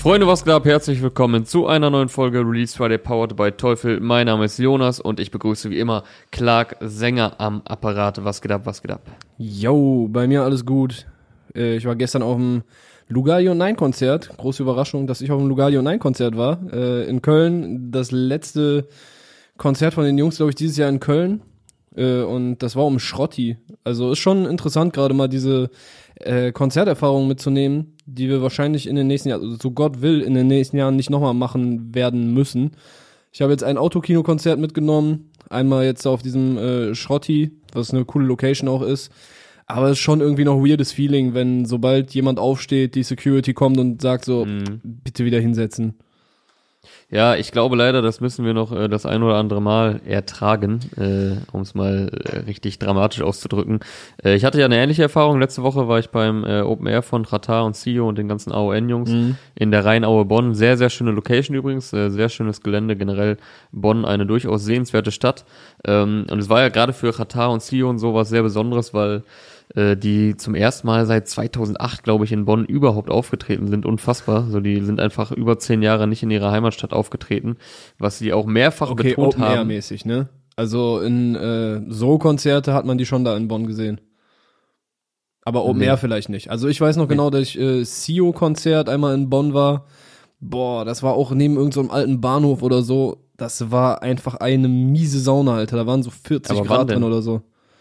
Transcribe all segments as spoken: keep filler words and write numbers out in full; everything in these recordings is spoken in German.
Freunde, was geht ab? Herzlich willkommen zu einer neuen Folge Release Friday Powered by Teufel. Mein Name ist Jonas und ich begrüße wie immer Clark Sänger am Apparat. Was geht ab, was geht ab? Yo, bei mir alles gut. Äh, ich war gestern auf dem Lugalio neun Konzert. Große Überraschung, dass ich auf dem Lugalio neun Konzert war. Äh, in Köln. Das letzte Konzert von den Jungs, glaube ich, dieses Jahr in Köln. Äh, und das war um Schrotti. Also ist schon interessant, gerade mal diese äh, Konzerterfahrung mitzunehmen, die wir wahrscheinlich in den nächsten Jahren, also so Gott will, in den nächsten Jahren nicht nochmal machen werden müssen. Ich habe jetzt ein Autokino-Konzert mitgenommen. Einmal jetzt auf diesem äh, Schrotti, was eine coole Location auch ist. Aber es ist schon irgendwie noch ein weirdes Feeling, wenn sobald jemand aufsteht, die Security kommt und sagt so, mhm. bitte wieder hinsetzen. Ja, ich glaube leider, das müssen wir noch äh, das ein oder andere Mal ertragen, äh, um es mal äh, richtig dramatisch auszudrücken. Äh, ich hatte ja eine ähnliche Erfahrung. Letzte Woche war ich beim äh, Open Air von Ratar und C E O und den ganzen A O N-Jungs mhm. in der Rheinaue Bonn. Sehr, sehr schöne Location übrigens, äh, sehr schönes Gelände. Generell Bonn eine durchaus sehenswerte Stadt. Ähm, und es war ja gerade für Ratar und C E O und so was sehr Besonderes, weil die zum ersten Mal seit zweitausendacht, glaube ich, in Bonn überhaupt aufgetreten sind. Unfassbar. So, die sind einfach über zehn Jahre nicht in ihrer Heimatstadt aufgetreten, was sie auch mehrfach okay, betont Open haben. Air mäßig, ne? Also in äh, so Konzerte hat man die schon da in Bonn gesehen. Aber Open nee. Air vielleicht nicht. Also ich weiß noch nee. genau, dass ich äh, C E O-Konzert einmal in Bonn war. Boah, das war auch neben irgendeinem so alten Bahnhof oder so. Das war einfach eine miese Sauna, Alter. Da waren so vierzig Aber Grad drin oder so.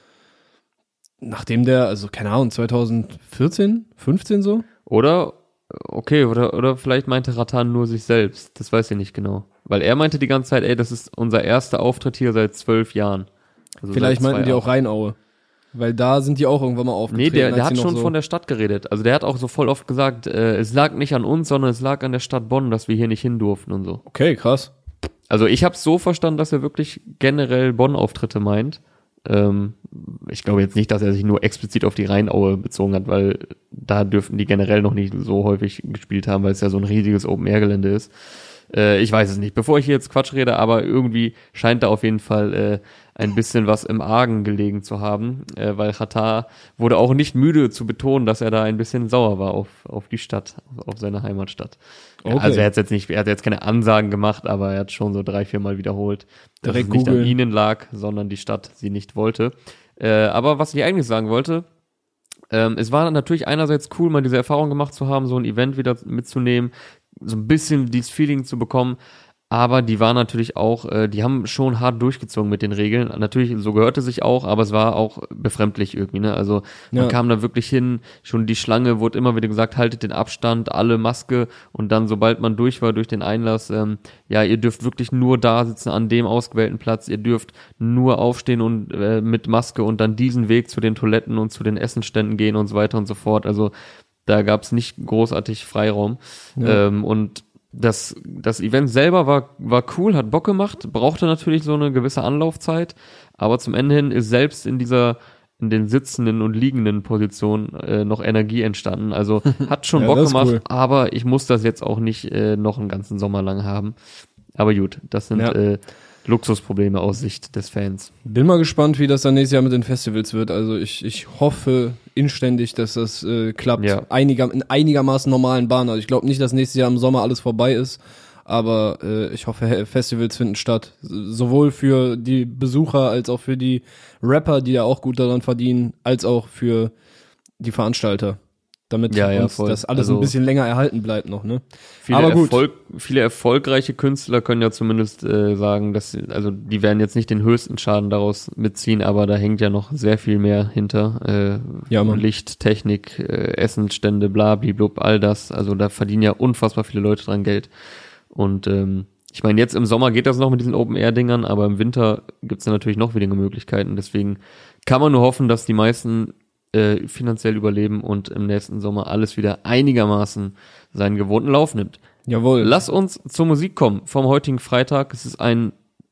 Nachdem der, also keine Ahnung, zweitausendvierzehn, fünfzehn so? Oder, okay, oder oder vielleicht meinte Rattan nur sich selbst, das weiß ich nicht genau. Weil er meinte die ganze Zeit, ey, das ist unser erster Auftritt hier seit zwölf Jahren. Also vielleicht meinten die auch Rheinaue. Weil da sind die auch irgendwann mal aufgetreten. Nee, der, der hat schon so von der Stadt geredet. Also der hat auch so voll oft gesagt, äh, es lag nicht an uns, sondern es lag an der Stadt Bonn, dass wir hier nicht hin durften und so. Okay, krass. Also ich hab's so verstanden, dass er wirklich generell Bonn-Auftritte meint. Ähm, ich glaube jetzt nicht, dass er sich nur explizit auf die Rheinaue bezogen hat, weil da dürften die generell noch nicht so häufig gespielt haben, weil es ja so ein riesiges Open-Air-Gelände ist. Äh, ich weiß es nicht. Bevor ich hier jetzt Quatsch rede, aber irgendwie scheint da auf jeden Fall äh, ein bisschen was im Argen gelegen zu haben, äh, weil Ratar wurde auch nicht müde zu betonen, dass er da ein bisschen sauer war auf auf die Stadt, auf seine Heimatstadt. Okay. Also er hat jetzt nicht, er hat jetzt keine Ansagen gemacht, aber er hat schon so drei, vier Mal wiederholt, dass Direkt es nicht Google. an ihnen lag, sondern die Stadt sie nicht wollte. Äh, aber was ich eigentlich sagen wollte, ähm, es war natürlich einerseits cool, mal diese Erfahrung gemacht zu haben, so ein Event wieder mitzunehmen, so ein bisschen dieses Feeling zu bekommen. Aber die waren natürlich auch, äh, die haben schon hart durchgezogen mit den Regeln. Natürlich, so gehörte sich auch, aber es war auch befremdlich irgendwie, ne? Also man ja. kam da wirklich hin, schon die Schlange wurde immer wieder gesagt, haltet den Abstand, alle Maske und dann, sobald man durch war durch den Einlass, ähm, ja, ihr dürft wirklich nur da sitzen an dem ausgewählten Platz, ihr dürft nur aufstehen und äh, mit Maske und dann diesen Weg zu den Toiletten und zu den Essenständen gehen und so weiter und so fort. Also da gab's nicht großartig Freiraum. Ja. Ähm, und Das, das Event selber war, war cool, hat Bock gemacht, brauchte natürlich so eine gewisse Anlaufzeit, aber zum Ende hin ist selbst in dieser, in den sitzenden und liegenden Positionen äh, noch Energie entstanden. Also hat schon ja, Bock gemacht, cool. aber ich muss das jetzt auch nicht äh, noch einen ganzen Sommer lang haben. Aber gut, das sind ja. äh, Luxusprobleme aus Sicht des Fans. Bin mal gespannt, wie das dann nächstes Jahr mit den Festivals wird. Also ich, ich hoffe inständig, dass das äh, klappt. Ja. Einiger, in einigermaßen normalen Bahnen. Also ich glaube nicht, dass nächstes Jahr im Sommer alles vorbei ist. Aber äh, ich hoffe, Festivals finden statt. Sowohl für die Besucher als auch für die Rapper, die ja auch gut daran verdienen, als auch für die Veranstalter. Damit ja, ja, uns voll. das alles also, ein bisschen länger erhalten bleibt noch, ne? Viele, Aber gut. Erfolg, viele erfolgreiche Künstler können ja zumindest äh, sagen, dass sie, also die werden jetzt nicht den höchsten Schaden daraus mitziehen, aber da hängt ja noch sehr viel mehr hinter. Äh, ja, Mann. Licht, Technik, äh, Essensstände, bla, blub, all das. Also da verdienen ja unfassbar viele Leute dran Geld. Und ähm, ich meine, jetzt im Sommer geht das noch mit diesen Open-Air-Dingern, aber im Winter gibt's ja natürlich noch weniger Möglichkeiten. Deswegen kann man nur hoffen, dass die meisten Äh, finanziell überleben und im nächsten Sommer alles wieder einigermaßen seinen gewohnten Lauf nimmt. Jawohl. Lass uns zur Musik kommen vom heutigen Freitag. Es ist ein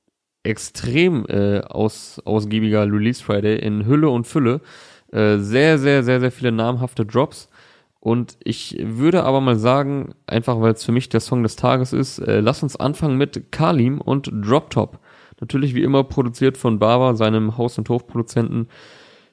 extrem äh, aus, ausgiebiger Release Friday in Hülle und Fülle. Äh, sehr, sehr, sehr, sehr viele namhafte Drops. Und ich würde aber mal sagen, einfach weil es für mich der Song des Tages ist, äh, lass uns anfangen mit Kalim und Drop Top. Natürlich wie immer produziert von Bava, seinem Haus- und Hofproduzenten.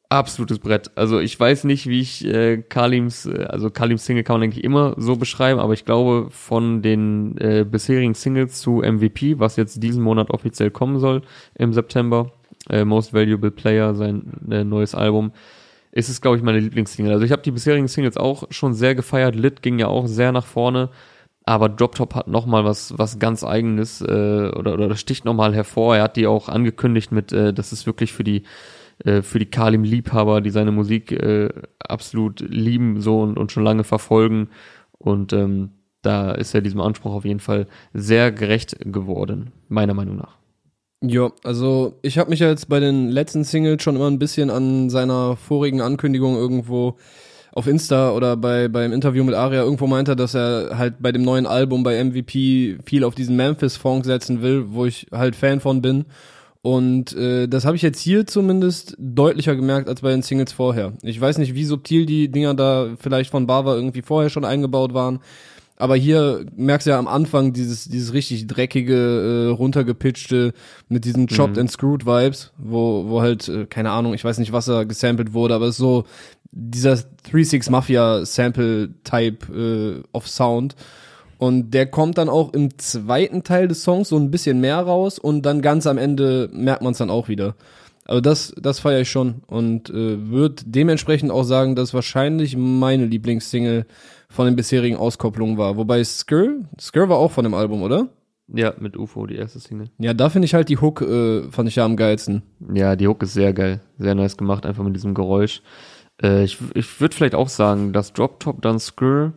absolutes Brett. Also ich weiß nicht, wie ich äh, Kalims, äh, also Kalims Single kann man eigentlich immer so beschreiben, aber ich glaube, von den äh, bisherigen Singles zu M V P, was jetzt diesen Monat offiziell kommen soll, im September, äh, Most Valuable Player, sein äh, neues Album, ist es, glaube ich, meine Lieblingssingle. Also ich habe die bisherigen Singles auch schon sehr gefeiert. Lit ging ja auch sehr nach vorne, aber Drop Top hat nochmal was was ganz Eigenes äh, oder oder das sticht nochmal hervor. Er hat die auch angekündigt mit, äh, das ist wirklich für die äh, für die Kalim-Liebhaber, die seine Musik äh, absolut lieben so und, und schon lange verfolgen. Und ähm, da ist er diesem Anspruch auf jeden Fall sehr gerecht geworden, meiner Meinung nach. Ja, also ich habe mich ja jetzt bei den letzten Singles schon immer ein bisschen an seiner vorigen Ankündigung irgendwo auf Insta oder bei beim Interview mit Aria irgendwo meinte, dass er halt bei dem neuen Album bei M V P viel auf diesen Memphis-Funk setzen will, wo ich halt Fan von bin. Und äh, das habe ich jetzt hier zumindest deutlicher gemerkt als bei den Singles vorher. Ich weiß nicht, wie subtil die Dinger da vielleicht von Bava irgendwie vorher schon eingebaut waren. Aber hier merkst du ja am Anfang dieses dieses richtig dreckige, äh, runtergepitchte mit diesen Chopped Mhm. and Screwed Vibes, wo wo halt, äh, keine Ahnung, ich weiß nicht, was da gesampelt wurde, aber es ist so dieser drei sechs Mafia Sample Type äh, of Sound. Und der kommt dann auch im zweiten Teil des Songs so ein bisschen mehr raus und dann ganz am Ende merkt man es dann auch wieder. Also das das feiere ich schon und äh, würde dementsprechend auch sagen, dass wahrscheinlich meine Lieblingssingle von den bisherigen Auskopplungen war. Wobei Skr, Skr war auch von dem Album, oder? Ja, mit U F O, die erste Single. Ja, da finde ich halt die Hook, äh, fand ich ja am geilsten. Ja, die Hook ist sehr geil, sehr nice gemacht, einfach mit diesem Geräusch. Äh, ich ich würde vielleicht auch sagen, dass Drop Top dann Skr,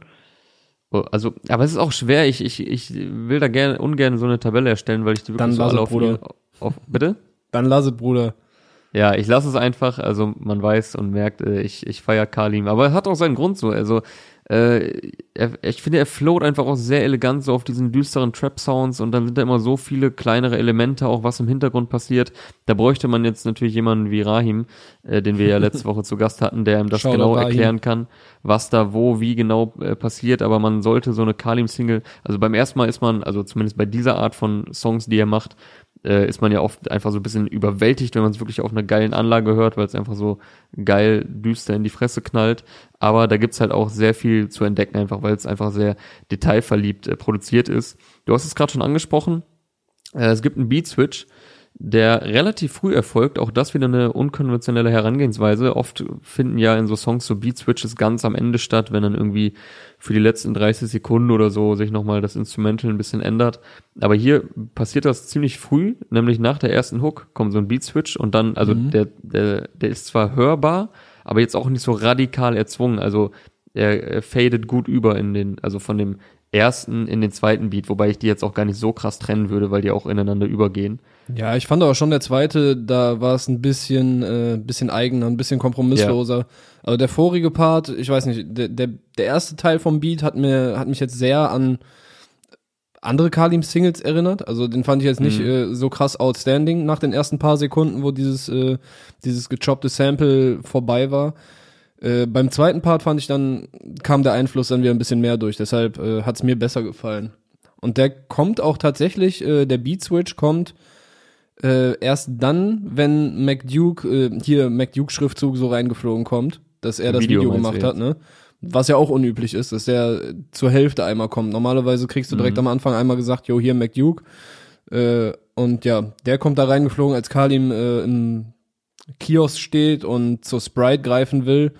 also, aber es ist auch schwer, ich ich ich will da gerne ungern so eine Tabelle erstellen, weil ich die wirklich Dann so lass alle es, auf, Bruder. auf bitte? Dann lass es, Bruder. Ja, ich lasse es einfach, also man weiß und merkt, äh, ich ich feiere Kalim, aber es hat auch seinen Grund so, also äh, er, ich finde, er float einfach auch sehr elegant so auf diesen düsteren Trap-Sounds und dann sind da immer so viele kleinere Elemente, auch was im Hintergrund passiert. Da bräuchte man jetzt natürlich jemanden wie Rahim, äh, den wir ja letzte Woche zu Gast hatten, der ihm das Shoutout genau Rahim. erklären kann, was da wo, wie genau äh, passiert, aber man sollte so eine Kalim-Single, also beim ersten Mal ist man, also zumindest bei dieser Art von Songs, die er macht, äh, ist man ja oft einfach so ein bisschen überwältigt, wenn man es wirklich auf einer geilen Anlage hört, weil es einfach so geil düster in die Fresse knallt. Aber da gibt's halt auch sehr viel zu entdecken, einfach weil es einfach sehr detailverliebt äh, produziert ist. Du hast es gerade schon angesprochen, äh, es gibt einen Beat-Switch, der relativ früh erfolgt, auch das wieder eine unkonventionelle Herangehensweise. Oft finden ja in so Songs so Beat-Switches ganz am Ende statt, wenn dann irgendwie für die letzten dreißig Sekunden oder so sich nochmal das Instrumental ein bisschen ändert. Aber hier passiert das ziemlich früh, nämlich nach der ersten Hook kommt so ein Beat-Switch und dann, also Mhm. der, der, der ist zwar hörbar, aber jetzt auch nicht so radikal erzwungen. Also er, er fadet gut über in den, also von dem ersten in den zweiten Beat, wobei ich die jetzt auch gar nicht so krass trennen würde, weil die auch ineinander übergehen. Ja, ich fand aber schon der zweite, da war es ein bisschen, äh, bisschen eigener, ein bisschen kompromissloser. Also der vorige Part, ich weiß nicht, der, der, der erste Teil vom Beat hat mir, hat mich jetzt sehr an andere Kalim-Singles erinnert. Also den fand ich jetzt nicht Mhm. äh, so krass outstanding nach den ersten paar Sekunden, wo dieses, äh, dieses gechoppte Sample vorbei war. Äh, beim zweiten Part fand ich dann, kam der Einfluss dann wieder ein bisschen mehr durch, deshalb äh, hat's mir besser gefallen. Und der kommt auch tatsächlich, äh, der Beat-Switch kommt äh, erst dann, wenn McDuke, äh, hier McDuke-Schriftzug so reingeflogen kommt, dass er das Video Video meinst du gemacht hat, ne? Was ja auch unüblich ist, dass der zur Hälfte einmal kommt. Normalerweise kriegst du direkt Mhm. am Anfang einmal gesagt, jo, hier McDuke. Äh, und ja, der kommt da reingeflogen, als Kalim äh, im Kiosk steht und zur Sprite greifen will,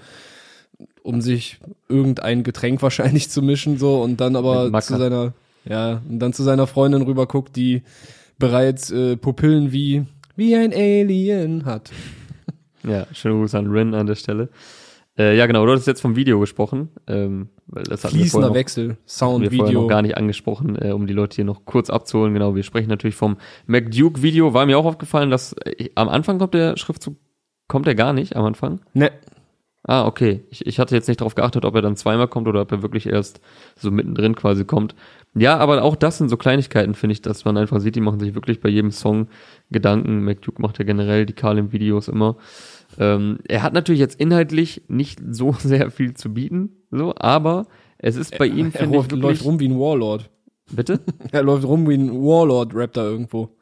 um sich irgendein Getränk wahrscheinlich zu mischen, so, und dann aber Mit Macker. zu seiner, ja, und dann zu seiner Freundin rüber guckt, die bereits äh, Pupillen wie, wie ein Alien hat. Ja, schönen Gruß an Rin an der Stelle. Äh, ja, genau, du hattest jetzt vom Video gesprochen. Ähm, weil das hatten wir vorher Fließender noch, Wechsel, hatten Sound, wir vorher noch Video. gar nicht angesprochen, äh, um die Leute hier noch kurz abzuholen. Genau, wir sprechen natürlich vom McDuke-Video. War mir auch aufgefallen, dass äh, am Anfang kommt der Schriftzug, kommt er gar nicht am Anfang? Ne, Ah, okay. Ich, ich hatte jetzt nicht darauf geachtet, ob er dann zweimal kommt oder ob er wirklich erst so mittendrin quasi kommt. Ja, aber auch das sind so Kleinigkeiten, finde ich, dass man einfach sieht, die machen sich wirklich bei jedem Song Gedanken. McDuke macht ja generell die Kalim-Videos immer. Ähm, er hat natürlich jetzt inhaltlich nicht so sehr viel zu bieten, so, aber es ist bei ihm, er finde ich, läuft, wirklich... läuft rum wie ein Warlord. Bitte? Er läuft rum wie ein Warlord, rappt da irgendwo.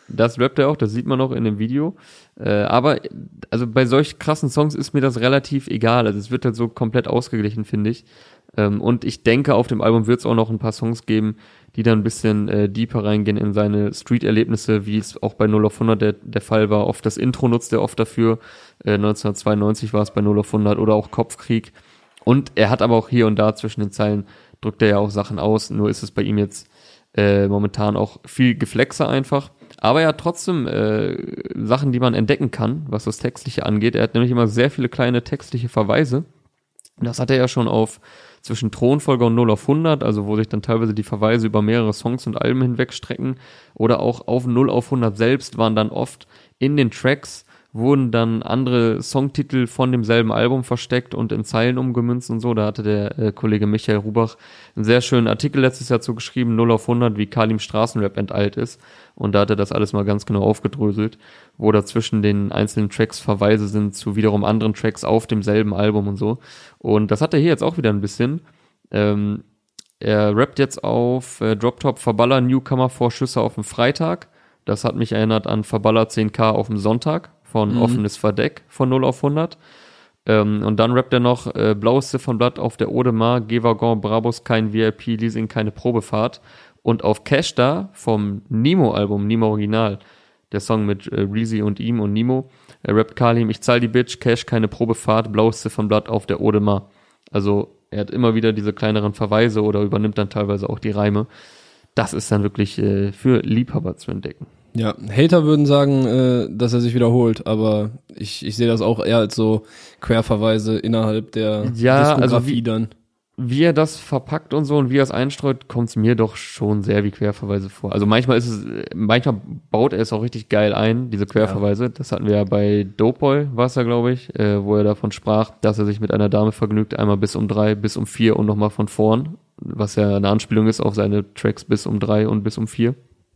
das rappt er auch, das sieht man auch in dem Video. Äh, aber also bei solch krassen Songs ist mir das relativ egal. Also es wird halt so komplett ausgeglichen, finde ich. Ähm, und ich denke, auf dem Album wird es auch noch ein paar Songs geben, die dann ein bisschen äh, deeper reingehen in seine Street-Erlebnisse, wie es auch bei null auf hundert der, der Fall war. Oft das Intro nutzt er oft dafür. Äh, neunzehnhundertzweiundneunzig war es bei null auf hundert oder auch Kopfkrieg. Und er hat aber auch hier und da zwischen den Zeilen, drückt er ja auch Sachen aus. Nur ist es bei ihm jetzt äh, momentan auch viel Geflexer einfach. Aber er hat trotzdem äh, Sachen, die man entdecken kann, was das Textliche angeht. Er hat nämlich immer sehr viele kleine textliche Verweise. Das hat er ja schon auf zwischen Thronfolger und null auf hundert, also wo sich dann teilweise die Verweise über mehrere Songs und Alben hinweg strecken. Oder auch auf null auf hundert selbst waren dann oft in den Tracks wurden dann andere Songtitel von demselben Album versteckt und in Zeilen umgemünzt und so. Da hatte der äh, Kollege Michael Rubach einen sehr schönen Artikel letztes Jahr zu geschrieben, null auf hundert, wie Kalim Straßenrap enteilt ist. Und da hat er das alles mal ganz genau aufgedröselt, wo da zwischen den einzelnen Tracks Verweise sind zu wiederum anderen Tracks auf demselben Album und so. Und das hat er hier jetzt auch wieder ein bisschen. Ähm, er rappt jetzt auf äh, Drop Top Verballer Newcomer Vorschüsse auf dem Freitag. Das hat mich erinnert an Verballer zehn K auf dem Sonntag von mhm. Offenes Verdeck von null auf hundert. Ähm, und dann rappt er noch äh, Blaues Ziffernblatt auf der Audemars, G-Wagon, Brabus, kein V I P, Leasing, keine Probefahrt. Und auf Cash da vom Nemo-Album, Nemo Original, der Song mit äh, Reezy und ihm und Nemo, er rappt Kalim, ich zahl die Bitch, Cash, keine Probefahrt, Blaues Ziffernblatt auf der Audemars. Also er hat immer wieder diese kleineren Verweise oder übernimmt dann teilweise auch die Reime. Das ist dann wirklich äh, für Liebhaber zu entdecken. Ja, Hater würden sagen, äh, dass er sich wiederholt, aber ich, ich sehe das auch eher als so Querverweise innerhalb der ja, Diskografie also wie, dann. Wie er das verpackt und so und wie er es einstreut, kommt es mir doch schon sehr wie Querverweise vor. Also manchmal ist es, manchmal baut er es auch richtig geil ein, diese Querverweise. Ja. Das hatten wir ja bei Dopeboy, war es ja, glaube ich, äh, wo er davon sprach, dass er sich mit einer Dame vergnügt, einmal bis um drei, bis um vier und nochmal von vorn, was ja eine Anspielung ist auf seine Tracks bis um drei und bis um vier.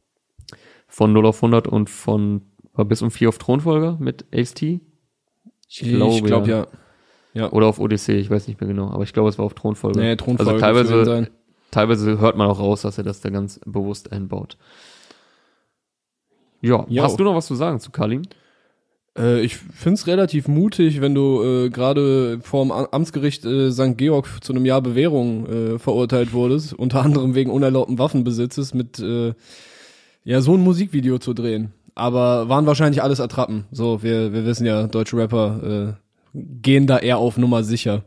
Von null auf hundert und von war bis um vier auf Thronfolger mit Ace-T. Ich glaube, ich glaub, ja. ja. Ja. Oder auf Odyssee, ich weiß nicht mehr genau, aber ich glaube, es war auf Thronfolge. Nee, Thronfolge. Also teilweise, teilweise hört man auch raus, dass er das da ganz bewusst einbaut. Ja, jo. Hast du noch was zu sagen zu Kalim? Äh, ich find's relativ mutig, wenn du äh, gerade vorm Amtsgericht äh, Sankt Georg zu einem Jahr Bewährung äh, verurteilt wurdest, unter anderem wegen unerlaubten Waffenbesitzes, mit äh, ja so ein Musikvideo zu drehen. Aber waren wahrscheinlich alles Attrappen. So, wir wir wissen ja, deutsche Rapper äh, gehen da eher auf Nummer sicher.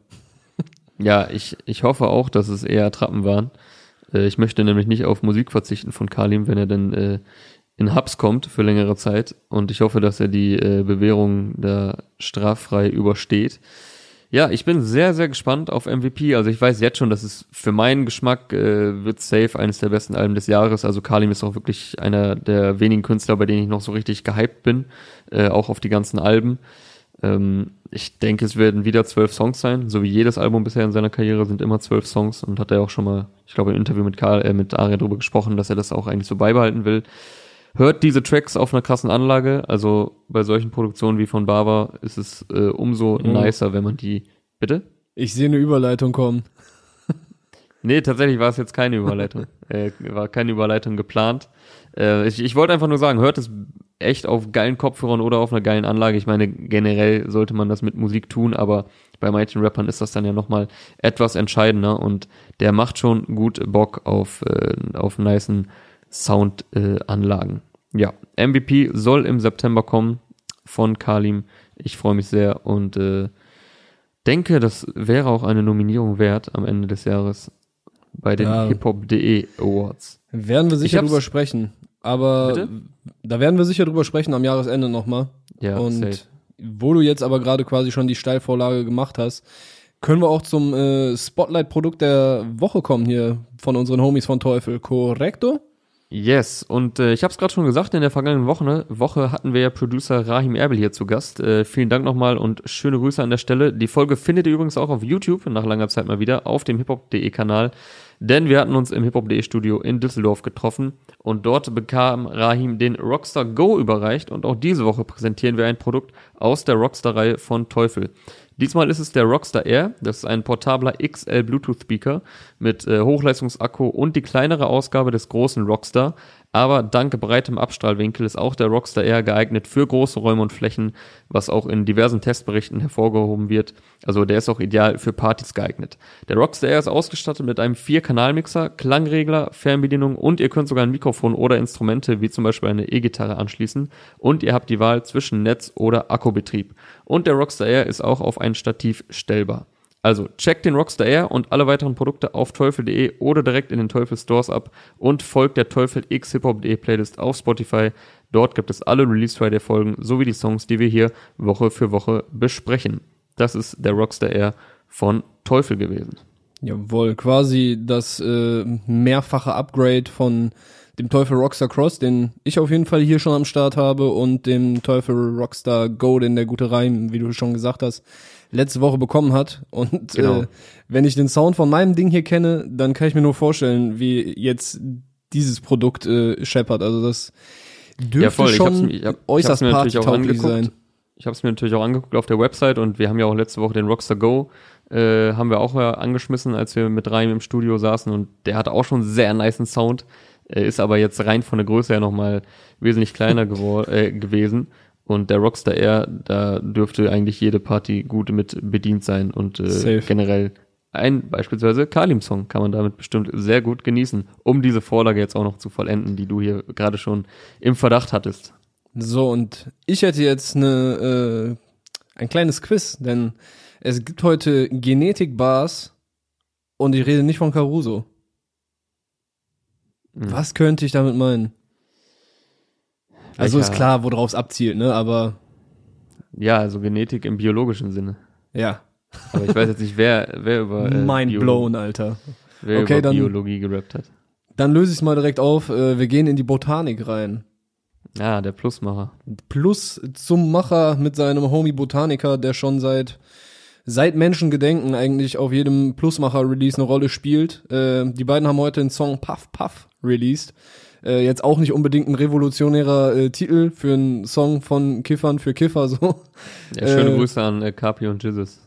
Ja, ich ich hoffe auch, dass es eher Attrappen waren. Äh, ich möchte nämlich nicht auf Musik verzichten von Kalim, wenn er dann äh, in Hubs kommt für längere Zeit. Und ich hoffe, dass er die äh, Bewährung da straffrei übersteht. Ja, ich bin sehr, sehr gespannt auf M V P. Also ich weiß jetzt schon, dass es für meinen Geschmack äh, wird safe eines der besten Alben des Jahres. Also Kalim ist auch wirklich einer der wenigen Künstler, bei denen ich noch so richtig gehypt bin. Äh, auch auf die ganzen Alben. Ähm, ich denke, es werden wieder zwölf Songs sein. So wie jedes Album bisher in seiner Karriere sind immer zwölf Songs. Und hat er auch schon mal, ich glaube, im Interview mit Karl, äh, mit Aria drüber gesprochen, dass er das auch eigentlich so beibehalten will. Hört diese Tracks auf einer krassen Anlage, also bei solchen Produktionen wie von Bava ist es äh, umso mhm. nicer, wenn man die, bitte? Ich sehe eine Überleitung kommen. Nee, tatsächlich war es jetzt keine Überleitung, äh, war keine Überleitung geplant. Äh, ich, ich wollte einfach nur sagen, hört es echt auf geilen Kopfhörern oder auf einer geilen Anlage. Ich meine, generell sollte man das mit Musik tun, aber bei manchen Rappern ist das dann ja nochmal etwas entscheidender und der macht schon gut Bock auf, äh, auf nicen Soundanlagen. Äh, ja, M V P soll im September kommen von Kalim. Ich freue mich sehr und äh, denke, das wäre auch eine Nominierung wert am Ende des Jahres bei den ja. Hip-Hop punkt de Awards. Werden wir sicher drüber sprechen, aber Bitte? Da werden wir sicher drüber sprechen am Jahresende nochmal. Ja, und safe. Wo du jetzt aber gerade quasi schon die Steilvorlage gemacht hast, können wir auch zum äh, Spotlight-Produkt der Woche kommen hier von unseren Homies von Teufel. Korrekto? Yes, und äh, ich habe es gerade schon gesagt, in der vergangenen Woche, ne, Woche hatten wir ja Producer Rahim Erbil hier zu Gast. Äh, vielen Dank nochmal und schöne Grüße an der Stelle. Die Folge findet ihr übrigens auch auf YouTube, nach langer Zeit mal wieder, auf dem Hip-Hop punkt de Kanal. Denn wir hatten uns im Hip-Hop punkt de Studio in Düsseldorf getroffen und dort bekam Rahim den Rockstar Go überreicht und auch diese Woche präsentieren wir ein Produkt aus der Rockstar-Reihe von Teufel. Diesmal ist es der Rockstar Air, das ist ein portabler X L Bluetooth Speaker mit äh, Hochleistungsakku und die kleinere Ausgabe des großen Rockstar. Aber dank breitem Abstrahlwinkel ist auch der Rockstar Air geeignet für große Räume und Flächen, was auch in diversen Testberichten hervorgehoben wird. Also der ist auch ideal für Partys geeignet. Der Rockstar Air ist ausgestattet mit einem vier Kanal Mixer, Klangregler, Fernbedienung und ihr könnt sogar ein Mikrofon oder Instrumente wie zum Beispiel eine E-Gitarre anschließen und ihr habt die Wahl zwischen Netz- oder Akkubetrieb. Und der Rockstar Air ist auch auf ein Stativ stellbar. Also checkt den Rockstar Air und alle weiteren Produkte auf teufel punkt de oder direkt in den Teufel Stores ab und folgt der Teufel x Hip Hop punkt de Playlist auf Spotify. Dort gibt es alle Release Friday Folgen sowie die Songs, die wir hier Woche für Woche besprechen. Das ist der Rockstar Air von Teufel gewesen. Jawohl, quasi das äh, mehrfache Upgrade von dem Teufel Rockstar Cross, den ich auf jeden Fall hier schon am Start habe, und dem Teufel Rockstar Go, den der gute Reim, wie du schon gesagt hast, letzte Woche bekommen hat. Und genau. äh, wenn ich den Sound von meinem Ding hier kenne, dann kann ich mir nur vorstellen, wie jetzt dieses Produkt äh, scheppert. Also das dürfte ja, voll. schon ich hab's, ich hab, äußerst ich hab's mir natürlich auch partytauglich angeguckt. sein. Ich habe es mir natürlich auch angeguckt auf der Website und wir haben ja auch letzte Woche den Rockstar Go äh, haben wir auch ja angeschmissen, als wir mit Reim im Studio saßen, und der hatte auch schon sehr nicen Sound, äh, ist aber jetzt rein von der Größe her nochmal wesentlich kleiner gewor- äh, gewesen. Und der Rockstar Air, da dürfte eigentlich jede Party gut mit bedient sein und äh, generell ein beispielsweise Kalim-Song kann man damit bestimmt sehr gut genießen, um diese Vorlage jetzt auch noch zu vollenden, die du hier gerade schon im Verdacht hattest. So, und ich hätte jetzt eine, äh, ein kleines Quiz, denn es gibt heute Genetik-Bars und ich rede nicht von Caruso. Hm. Was könnte ich damit meinen? Also Welcher? Ist klar, worauf es abzielt, ne, aber... Ja, also Genetik im biologischen Sinne. Ja. Aber ich weiß jetzt nicht, wer, wer über... Äh, Mind Biolo- blown, Alter. Wer okay, über dann, Biologie gerappt hat. Dann löse ich es mal direkt auf. Äh, wir gehen in die Botanik rein. Ah, der Plusmacher. Plus zum Macher mit seinem Homie Botaniker, der schon seit seit Menschengedenken eigentlich auf jedem Plusmacher-Release eine Rolle spielt. Äh, die beiden haben heute den Song Puff Puff released. Äh, jetzt auch nicht unbedingt ein revolutionärer äh, Titel für einen Song von Kiffern für Kiffer, so. Ja, schöne äh, Grüße an äh, Kapi und Jizzes.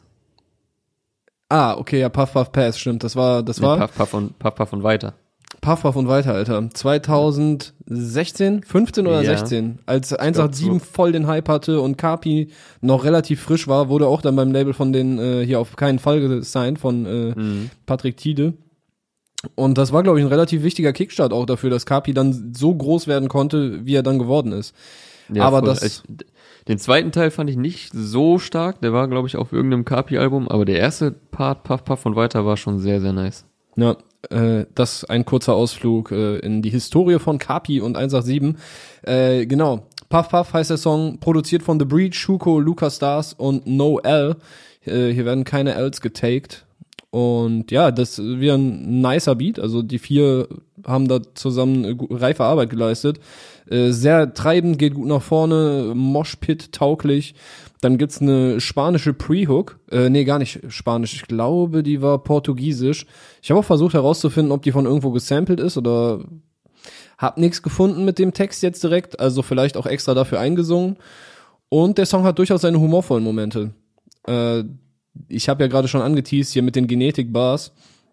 Ah, okay, ja, Puff Puff Pass, stimmt. Das war, das Nee, war. Puff Puff und Puff Puff und weiter. Puff Puff und weiter, Alter. zwanzig sechzehn, fünfzehn oder Ja. sechzehn, als eins acht sieben so. voll den Hype hatte und Kapi noch relativ frisch war, wurde auch dann beim Label von den äh, hier auf keinen Fall gesigned von äh, Mhm. Patrick Tiede. Und das war, glaube ich, ein relativ wichtiger Kickstart auch dafür, dass Kapi dann so groß werden konnte, wie er dann geworden ist. Ja, aber voll. das Ich, den zweiten Teil fand ich nicht so stark. Der war, glaube ich, auf irgendeinem Kapi-Album. Aber der erste Part, Puff Puff und weiter, war schon sehr, sehr nice. Ja, äh, das ein kurzer Ausflug äh, in die Historie von Kapi und eins acht sieben. Äh, genau, Puff Puff heißt der Song, produziert von The Breed, Schuko, Lucas Stars und No L. Äh, hier werden keine Ls getaked. Und ja, das ist wieder ein nicer Beat. Also die vier haben da zusammen äh, gu- reife Arbeit geleistet. Äh, sehr treibend, geht gut nach vorne, Moshpit tauglich. Dann gibt's eine spanische Pre-Hook. Äh, nee, gar nicht Spanisch. Ich glaube, die war portugiesisch. Ich habe auch versucht herauszufinden, ob die von irgendwo gesampelt ist oder hab nichts gefunden mit dem Text jetzt direkt. Also vielleicht auch extra dafür eingesungen. Und der Song hat durchaus seine humorvollen Momente. Äh, ich habe ja gerade schon angeteased hier mit den Genetik-Bars.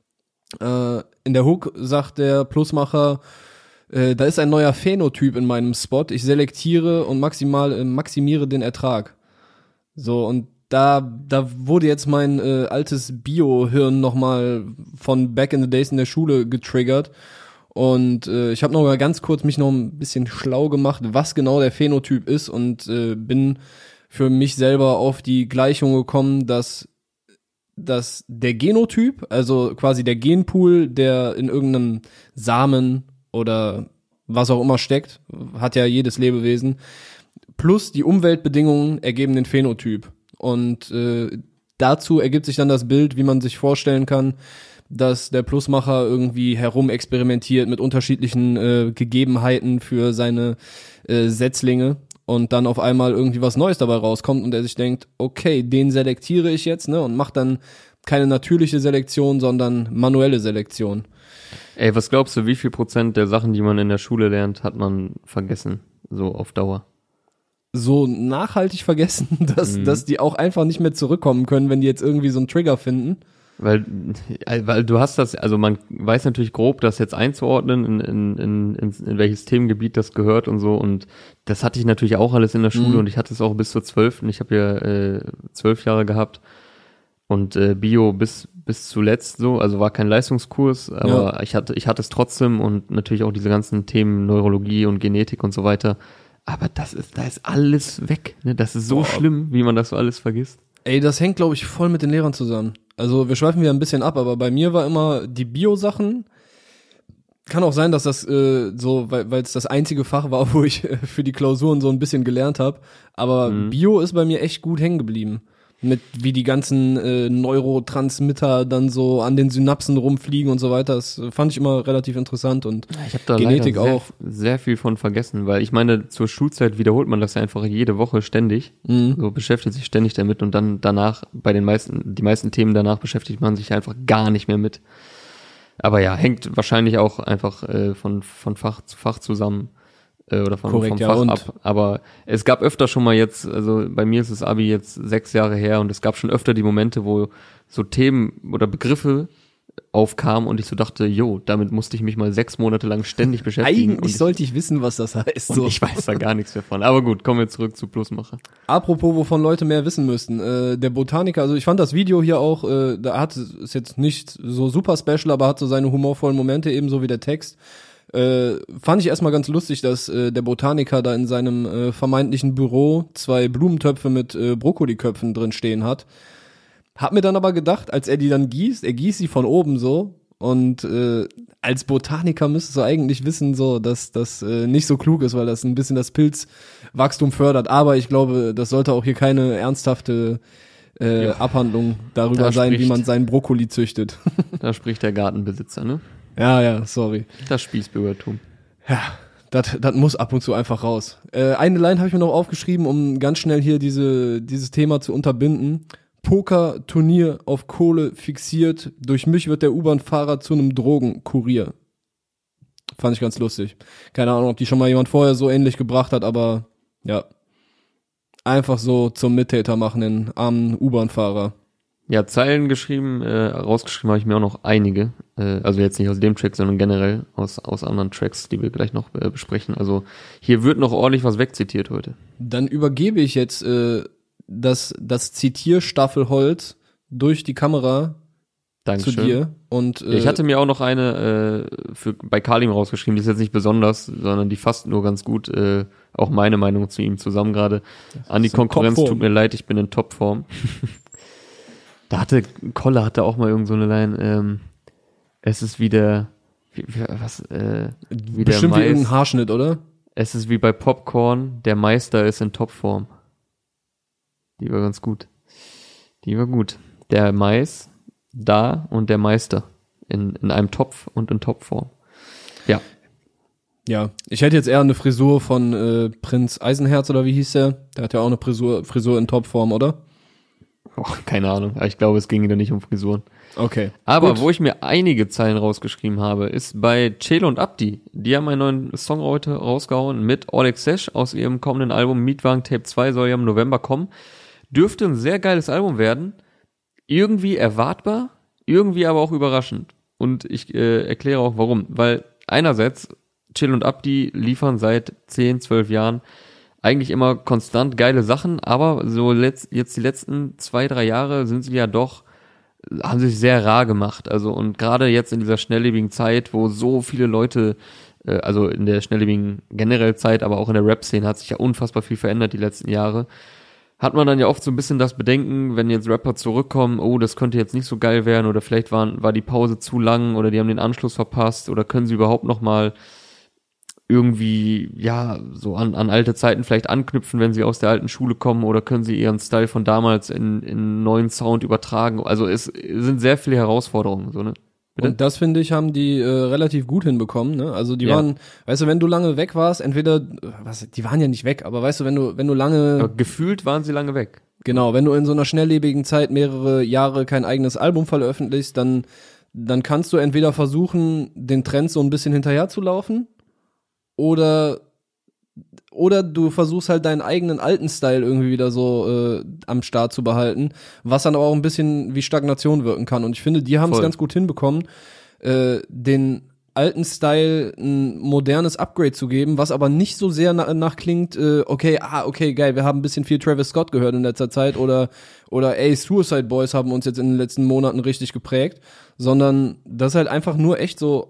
Äh, in der Hook sagt der Plusmacher, äh, da ist ein neuer Phänotyp in meinem Spot. Ich selektiere und maximal äh, maximiere den Ertrag. So, und da da wurde jetzt mein äh, altes Bio-Hirn nochmal von back in the days in der Schule getriggert. Und äh, ich habe noch mal ganz kurz mich noch ein bisschen schlau gemacht, was genau der Phänotyp ist, und äh, bin für mich selber auf die Gleichung gekommen, dass, dass der Genotyp, also quasi der Genpool, der in irgendeinem Samen oder was auch immer steckt, hat ja jedes Lebewesen, plus die Umweltbedingungen ergeben den Phänotyp. Und äh, dazu ergibt sich dann das Bild, wie man sich vorstellen kann, dass der Plusmacher irgendwie herumexperimentiert mit unterschiedlichen äh, Gegebenheiten für seine äh, Setzlinge und dann auf einmal irgendwie was Neues dabei rauskommt und er sich denkt, okay, den selektiere ich jetzt, ne, und macht dann keine natürliche Selektion, sondern manuelle Selektion. Ey, was glaubst du, wie viel Prozent der Sachen, die man in der Schule lernt, hat man vergessen, so auf Dauer? So nachhaltig vergessen, dass, Mhm. dass die auch einfach nicht mehr zurückkommen können, wenn die jetzt irgendwie so einen Trigger finden. Weil, weil du hast das, also man weiß natürlich grob, das jetzt einzuordnen, in, in, in, in, in welches Themengebiet das gehört und so. Und das hatte ich natürlich auch alles in der Schule, mhm. und ich hatte es auch bis zur zwölften. Ich habe ja äh, zwölf Jahre gehabt und äh, Bio bis bis zuletzt so, also war kein Leistungskurs, aber ja. ich hatte ich hatte es trotzdem und natürlich auch diese ganzen Themen Neurologie und Genetik und so weiter. Aber das ist, da ist alles weg, ne? Das ist so Boah. schlimm, wie man das so alles vergisst. Ey, das hängt, glaube ich, voll mit den Lehrern zusammen. Also wir schweifen wieder ein bisschen ab, aber bei mir war immer die Bio-Sachen. Kann auch sein, dass das äh, so, weil es das einzige Fach war, wo ich äh, für die Klausuren so ein bisschen gelernt habe. Aber mhm. Bio ist bei mir echt gut hängen geblieben. Mit wie die ganzen äh, Neurotransmitter dann so an den Synapsen rumfliegen und so weiter. Das fand ich immer relativ interessant und ich hab da Genetik leider sehr, auch. sehr viel von vergessen, weil ich meine, zur Schulzeit wiederholt man das ja einfach jede Woche ständig. Mhm. So beschäftigt sich ständig damit und dann danach, bei den meisten, die meisten Themen danach beschäftigt man sich einfach gar nicht mehr mit. Aber ja, hängt wahrscheinlich auch einfach äh, von, von Fach zu Fach zusammen. Oder von, Korrekt, vom ja, Fach und? ab. Aber es gab öfter schon mal jetzt, also bei mir ist das Abi jetzt sechs Jahre her und es gab schon öfter die Momente, wo so Themen oder Begriffe aufkamen und ich so dachte, jo, damit musste ich mich mal sechs Monate lang ständig beschäftigen. Eigentlich ich, sollte ich wissen, was das heißt. Und so. ich weiß da gar nichts mehr von. Aber gut, kommen wir zurück zu Plusmacher. Apropos, wovon Leute mehr wissen müssten. Äh, der Botaniker, also ich fand das Video hier auch, äh, da hat es jetzt nicht so super special, aber hat so seine humorvollen Momente, ebenso wie der Text. Äh, fand ich erstmal ganz lustig, dass äh, der Botaniker da in seinem äh, vermeintlichen Büro zwei Blumentöpfe mit äh, Brokkoliköpfen drin stehen hat. Hab mir dann aber gedacht, als er die dann gießt, er gießt sie von oben so und äh, als Botaniker müsstest du eigentlich wissen, so, dass das äh, nicht so klug ist, weil das ein bisschen das Pilzwachstum fördert. Aber ich glaube, das sollte auch hier keine ernsthafte äh, ja. Abhandlung darüber da sein, spricht, wie man seinen Brokkoli züchtet. Da spricht der Gartenbesitzer, ne? Ja, ja, sorry. Das Spießbürgertum. Ja, das das muss ab und zu einfach raus. Äh, eine Line habe ich mir noch aufgeschrieben, um ganz schnell hier diese dieses Thema zu unterbinden. Poker-Turnier auf Kohle fixiert. Durch mich wird der U-Bahn-Fahrer zu einem Drogenkurier. Fand ich ganz lustig. Keine Ahnung, ob die schon mal jemand vorher so ähnlich gebracht hat, aber ja. Einfach so zum Mittäter machen, den armen U-Bahn-Fahrer. Ja, Zeilen geschrieben, äh, rausgeschrieben habe ich mir auch noch einige. Äh, also jetzt nicht aus dem Track, sondern generell aus aus anderen Tracks, die wir gleich noch äh, besprechen. Also hier wird noch ordentlich was wegzitiert heute. Dann übergebe ich jetzt äh, das das Zitierstaffelholz durch die Kamera Dankeschön. zu dir. Und äh, ich hatte mir auch noch eine äh, für bei Kalim rausgeschrieben, die ist jetzt nicht besonders, sondern die fasst nur ganz gut äh, auch meine Meinung zu ihm zusammen gerade. An die Konkurrenz, tut mir leid, ich bin in Topform. Da hatte, Kolle hatte auch mal irgend so eine Line, ähm, es ist wie der, wie, wie, was, äh, wie bestimmt der Mais. wie irgendein Haarschnitt, oder? Es ist wie bei Popcorn, der Meister ist in Topform. Die war ganz gut. Die war gut. Der Mais da und der Meister in, in einem Topf und in Topform. Ja. Ja, ich hätte jetzt eher eine Frisur von äh, Prinz Eisenherz, oder wie hieß der? Der hat ja auch eine Frisur, Frisur in Topform, oder? Oh, keine Ahnung, ich glaube, es ging da nicht um Frisuren. Okay. Aber gut. Wo ich mir einige Zeilen rausgeschrieben habe, ist bei Celo und Abdi. Die haben einen neuen Song heute rausgehauen mit Oleg Sesh aus ihrem kommenden Album Mietwagen Tape zwei, soll ja im November kommen. Dürfte ein sehr geiles Album werden. Irgendwie erwartbar, irgendwie aber auch überraschend. Und ich äh, erkläre auch warum. Weil einerseits, Celo und Abdi liefern seit zehn, zwölf Jahren eigentlich immer konstant geile Sachen, aber so letzt, jetzt die letzten zwei, drei Jahre sind sie ja doch, haben sich sehr rar gemacht. Also und gerade jetzt in dieser schnelllebigen Zeit, wo so viele Leute, äh, also in der schnelllebigen generell Zeit, aber auch in der Rap-Szene hat sich ja unfassbar viel verändert die letzten Jahre, hat man dann ja oft so ein bisschen das Bedenken, wenn jetzt Rapper zurückkommen, oh, das könnte jetzt nicht so geil werden oder vielleicht waren, war die Pause zu lang oder die haben den Anschluss verpasst oder können sie überhaupt noch mal irgendwie, ja, so an, an alte Zeiten vielleicht anknüpfen, wenn sie aus der alten Schule kommen oder können sie ihren Style von damals in, in neuen Sound übertragen. Also es sind sehr viele Herausforderungen, so, ne? Bitte? Und das, finde ich, haben die äh, relativ gut hinbekommen, ne? Also die ja. waren, weißt du, wenn du lange weg warst, entweder, was, die waren ja nicht weg, aber weißt du, wenn du, wenn du lange... Aber gefühlt waren sie lange weg. Genau, wenn du in so einer schnelllebigen Zeit mehrere Jahre kein eigenes Album veröffentlichst, dann, dann kannst du entweder versuchen, den Trend so ein bisschen hinterherzulaufen, oder oder du versuchst halt deinen eigenen alten Style irgendwie wieder so äh, am Start zu behalten, was dann aber auch ein bisschen wie Stagnation wirken kann. Und ich finde, die haben es ganz gut hinbekommen, äh, den alten Style ein modernes Upgrade zu geben, was aber nicht so sehr na- nachklingt, äh, okay, ah, okay, geil, wir haben ein bisschen viel Travis Scott gehört in letzter Zeit oder oder ey, Suicide Boys haben uns jetzt in den letzten Monaten richtig geprägt, sondern das ist halt einfach nur echt so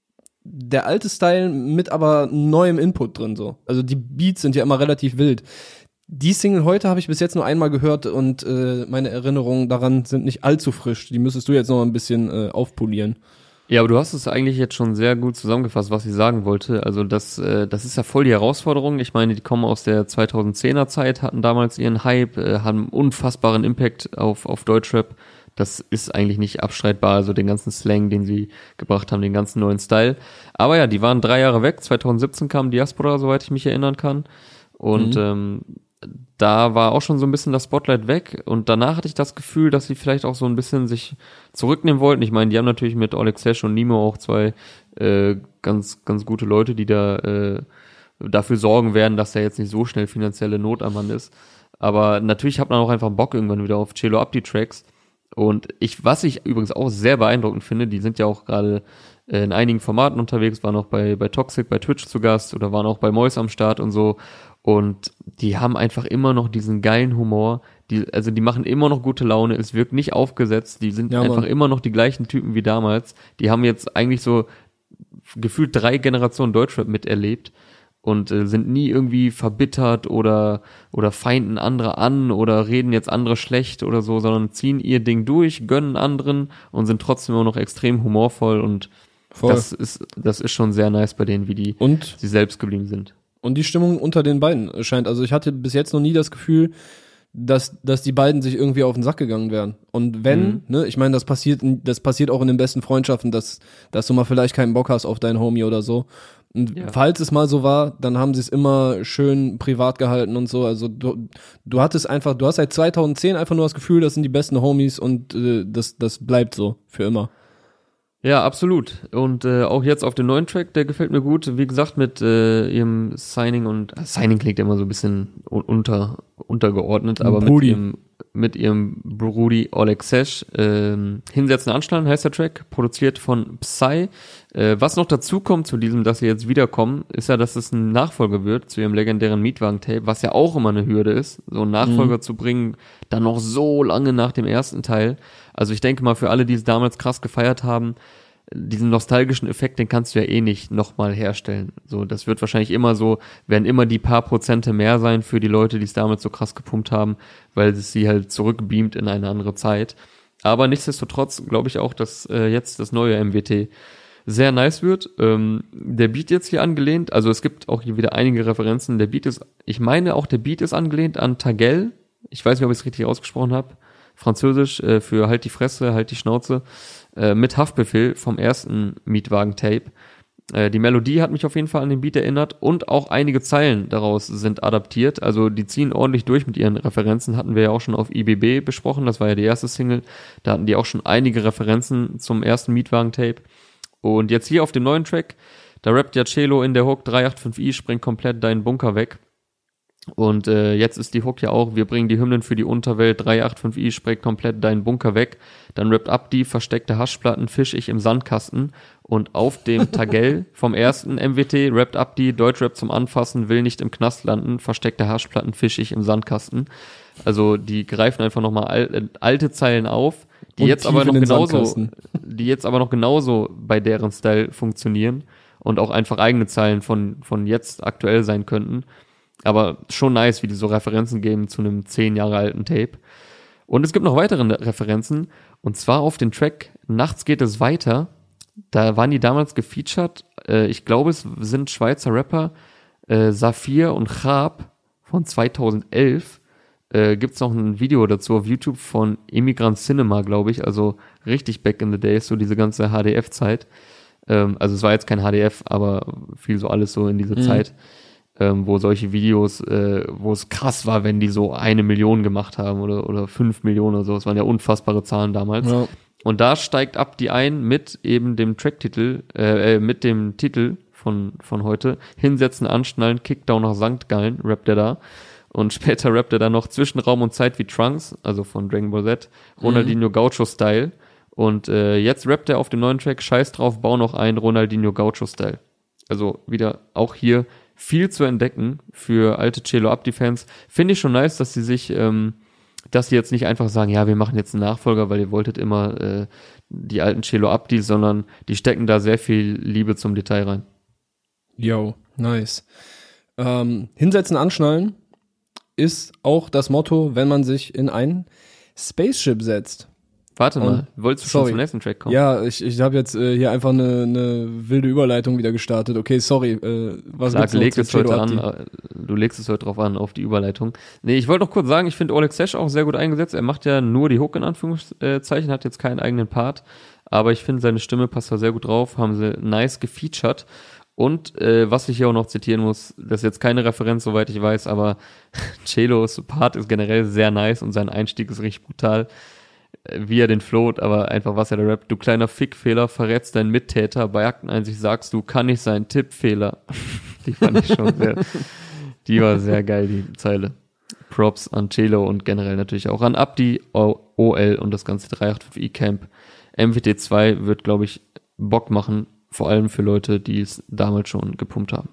der alte Style mit aber neuem Input drin so. Also die Beats sind ja immer relativ wild. Die Single heute habe ich bis jetzt nur einmal gehört und äh, meine Erinnerungen daran sind nicht allzu frisch. Die müsstest du jetzt noch ein bisschen äh, aufpolieren. Ja, aber du hast es eigentlich jetzt schon sehr gut zusammengefasst, was ich sagen wollte. Also das, äh, das ist ja voll die Herausforderung. Ich meine, die kommen aus der zweitausendzehner Zeit, hatten damals ihren Hype, äh, haben unfassbaren Impact auf auf Deutschrap. Das ist eigentlich nicht abstreitbar, also den ganzen Slang, den sie gebracht haben, den ganzen neuen Style. Aber ja, die waren drei Jahre weg. zweitausendsiebzehn kam Diaspora, soweit ich mich erinnern kann. Und Mhm. ähm, da war auch schon so ein bisschen das Spotlight weg. Und danach hatte ich das Gefühl, dass sie vielleicht auch so ein bisschen sich zurücknehmen wollten. Ich meine, die haben natürlich mit Oleg Sesh und Nemo auch zwei äh, ganz ganz gute Leute, die da äh, dafür sorgen werden, dass er jetzt nicht so schnell finanzielle Not am Mann ist. Aber natürlich hat man auch einfach Bock irgendwann wieder auf Cello Abdi-Tracks. Und ich, was ich übrigens auch sehr beeindruckend finde, die sind ja auch gerade äh, in einigen Formaten unterwegs, waren auch bei bei Toxic, bei Twitch zu Gast oder waren auch bei Mois am Start und so. Und die haben einfach immer noch diesen geilen Humor. Die, also die machen immer noch gute Laune. Es wirkt nicht aufgesetzt. Die sind Ja, einfach Mann. immer noch die gleichen Typen wie damals. Die haben jetzt eigentlich so gefühlt drei Generationen Deutschrap miterlebt und äh, sind nie irgendwie verbittert oder oder feinden andere an oder reden jetzt andere schlecht oder so, sondern ziehen ihr Ding durch, gönnen anderen und sind trotzdem immer noch extrem humorvoll und Voll. das ist das ist schon sehr nice bei denen, wie die Und sie selbst geblieben sind. Und die Stimmung unter den beiden scheint, also ich hatte bis jetzt noch nie das Gefühl, dass, dass die beiden sich irgendwie auf den Sack gegangen wären. Und wenn, Mhm. ne, ich meine, das passiert, das passiert auch in den besten Freundschaften, dass, dass du mal vielleicht keinen Bock hast auf deinen Homie oder so. Und Ja. falls es mal so war, dann haben sie es immer schön privat gehalten und so. Also du, du hattest einfach, du hast seit zweitausendzehn einfach nur das Gefühl, das sind die besten Homies und äh, das, das bleibt so für immer. Ja, absolut. Und äh, auch jetzt auf dem neuen Track, der gefällt mir gut. Wie gesagt, mit äh, ihrem Signing und äh, Signing klingt immer so ein bisschen un- unter untergeordnet, aber mit Brudi. ihrem mit ihrem Brudi Oleg Sesh ähm, Hinsetzen Anschlag heißt der Track, produziert von Psy. Äh, was noch dazu kommt zu diesem, dass sie jetzt wiederkommen, ist ja, dass es ein Nachfolger wird zu ihrem legendären Mietwagen-Tape, was ja auch immer eine Hürde ist, so einen Nachfolger Mhm. zu bringen, dann noch so lange nach dem ersten Teil. Also ich denke mal, für alle, die es damals krass gefeiert haben, diesen nostalgischen Effekt, den kannst du ja eh nicht nochmal herstellen. So, das wird wahrscheinlich immer so, werden immer die paar Prozente mehr sein für die Leute, die es damals so krass gepumpt haben, weil es sie halt zurückbeamt in eine andere Zeit. Aber nichtsdestotrotz glaube ich auch, dass äh, jetzt das neue M W T sehr nice wird. Ähm, der Beat jetzt hier angelehnt, also es gibt auch hier wieder einige Referenzen. Der Beat ist, ich meine auch, der Beat ist angelehnt an Tagel. Ich weiß nicht, ob ich es richtig ausgesprochen habe. Französisch äh, für halt die Fresse, halt die Schnauze. Äh, mit Haftbefehl vom ersten Mietwagen-Tape. Äh, die Melodie hat mich auf jeden Fall an den Beat erinnert und auch einige Zeilen daraus sind adaptiert. Also die ziehen ordentlich durch mit ihren Referenzen. Hatten wir ja auch schon auf I B B besprochen. Das war ja die erste Single. Da hatten die auch schon einige Referenzen zum ersten Mietwagen-Tape. Und jetzt hier auf dem neuen Track, da rappt ja Cello in der Hook drei acht fünf i, sprengt komplett deinen Bunker weg. Und äh, jetzt ist die Hook ja auch, wir bringen die Hymnen für die Unterwelt, drei acht fünf i, sprengt komplett deinen Bunker weg. Dann rappt Abdi, versteckte Haschplatten, fisch ich im Sandkasten. Und auf dem Tagell vom ersten M W T rappt Abdi, Deutschrap zum Anfassen, will nicht im Knast landen, versteckte Haschplatten, fisch ich im Sandkasten. Also die greifen einfach nochmal al- alte Zeilen auf, die Und jetzt tief aber in noch den genauso, Sandkasten. die jetzt aber noch genauso bei deren Style funktionieren und auch einfach eigene Zeilen von von jetzt aktuell sein könnten. Aber schon nice, wie die so Referenzen geben zu einem zehn Jahre alten Tape. Und es gibt noch weitere Referenzen, und zwar auf den Track Nachts geht es weiter. Da waren die damals gefeatured. Äh, ich glaube, es sind Schweizer Rapper, äh, Saphir und Chab von zweitausendelf. Äh, gibt's noch ein Video dazu auf YouTube von Immigrant Cinema, glaube ich. Also richtig back in the days, so diese ganze H D F-Zeit. Ähm, also es war jetzt kein H D F, aber fiel so alles so in diese Mhm. Zeit. Ähm, wo solche Videos, äh, wo es krass war, wenn die so eine Million gemacht haben oder oder fünf Millionen oder so. Das waren ja unfassbare Zahlen damals. Ja. Und da steigt Abdi ein mit eben dem Tracktitel, äh, äh, mit dem Titel von, von heute. Hinsetzen, anschnallen, Kickdown nach Sankt Gallen, rappt er da. Und später rappt er dann noch zwischen Raum und Zeit wie Trunks, also von Dragon Ball Z, Ronaldinho Gaucho-Style. Und äh, jetzt rappt er auf dem neuen Track Scheiß drauf, bau noch ein, Ronaldinho Gaucho-Style. Also wieder auch hier viel zu entdecken für alte Celo Abdi-Fans. Finde ich schon nice, dass sie sich, ähm, dass sie jetzt nicht einfach sagen, ja, wir machen jetzt einen Nachfolger, weil ihr wolltet immer äh, die alten Celo Abdi, sondern die stecken da sehr viel Liebe zum Detail rein. Yo, nice. Ähm, hinsetzen, anschnallen ist auch das Motto, wenn man sich in ein Spaceship setzt. Warte mal, Und, wolltest du sorry. schon zum nächsten Track kommen? Ja, ich, ich habe jetzt äh, hier einfach eine, eine wilde Überleitung wieder gestartet. Okay, sorry. Äh, was Klar, gibt's noch leg zu es heute Celo an, Abdi? äh, du legst es heute drauf an, auf die Überleitung. Nee, ich wollte noch kurz sagen, ich finde Oleg Sesh auch sehr gut eingesetzt. Er macht ja nur die Hook in Anführungszeichen, hat jetzt keinen eigenen Part, aber ich finde, seine Stimme passt da sehr gut drauf, haben sie nice gefeatured. Und äh, was ich hier auch noch zitieren muss, das ist jetzt keine Referenz, soweit ich weiß, aber Celos Part ist generell sehr nice und sein Einstieg ist richtig brutal, wie er den float, aber einfach was er da rappt. Du kleiner Fickfehler, verrätst deinen Mittäter, bei Akteneinsicht sagst du, kann nicht sein, Tippfehler. Die fand ich schon sehr, die war sehr geil, die Zeile. Props an Celo und generell natürlich auch an Abdi, O L und das ganze drei acht fünf E-Camp. M W T zwei wird, glaube ich, Bock machen, vor allem für Leute, die es damals schon gepumpt haben.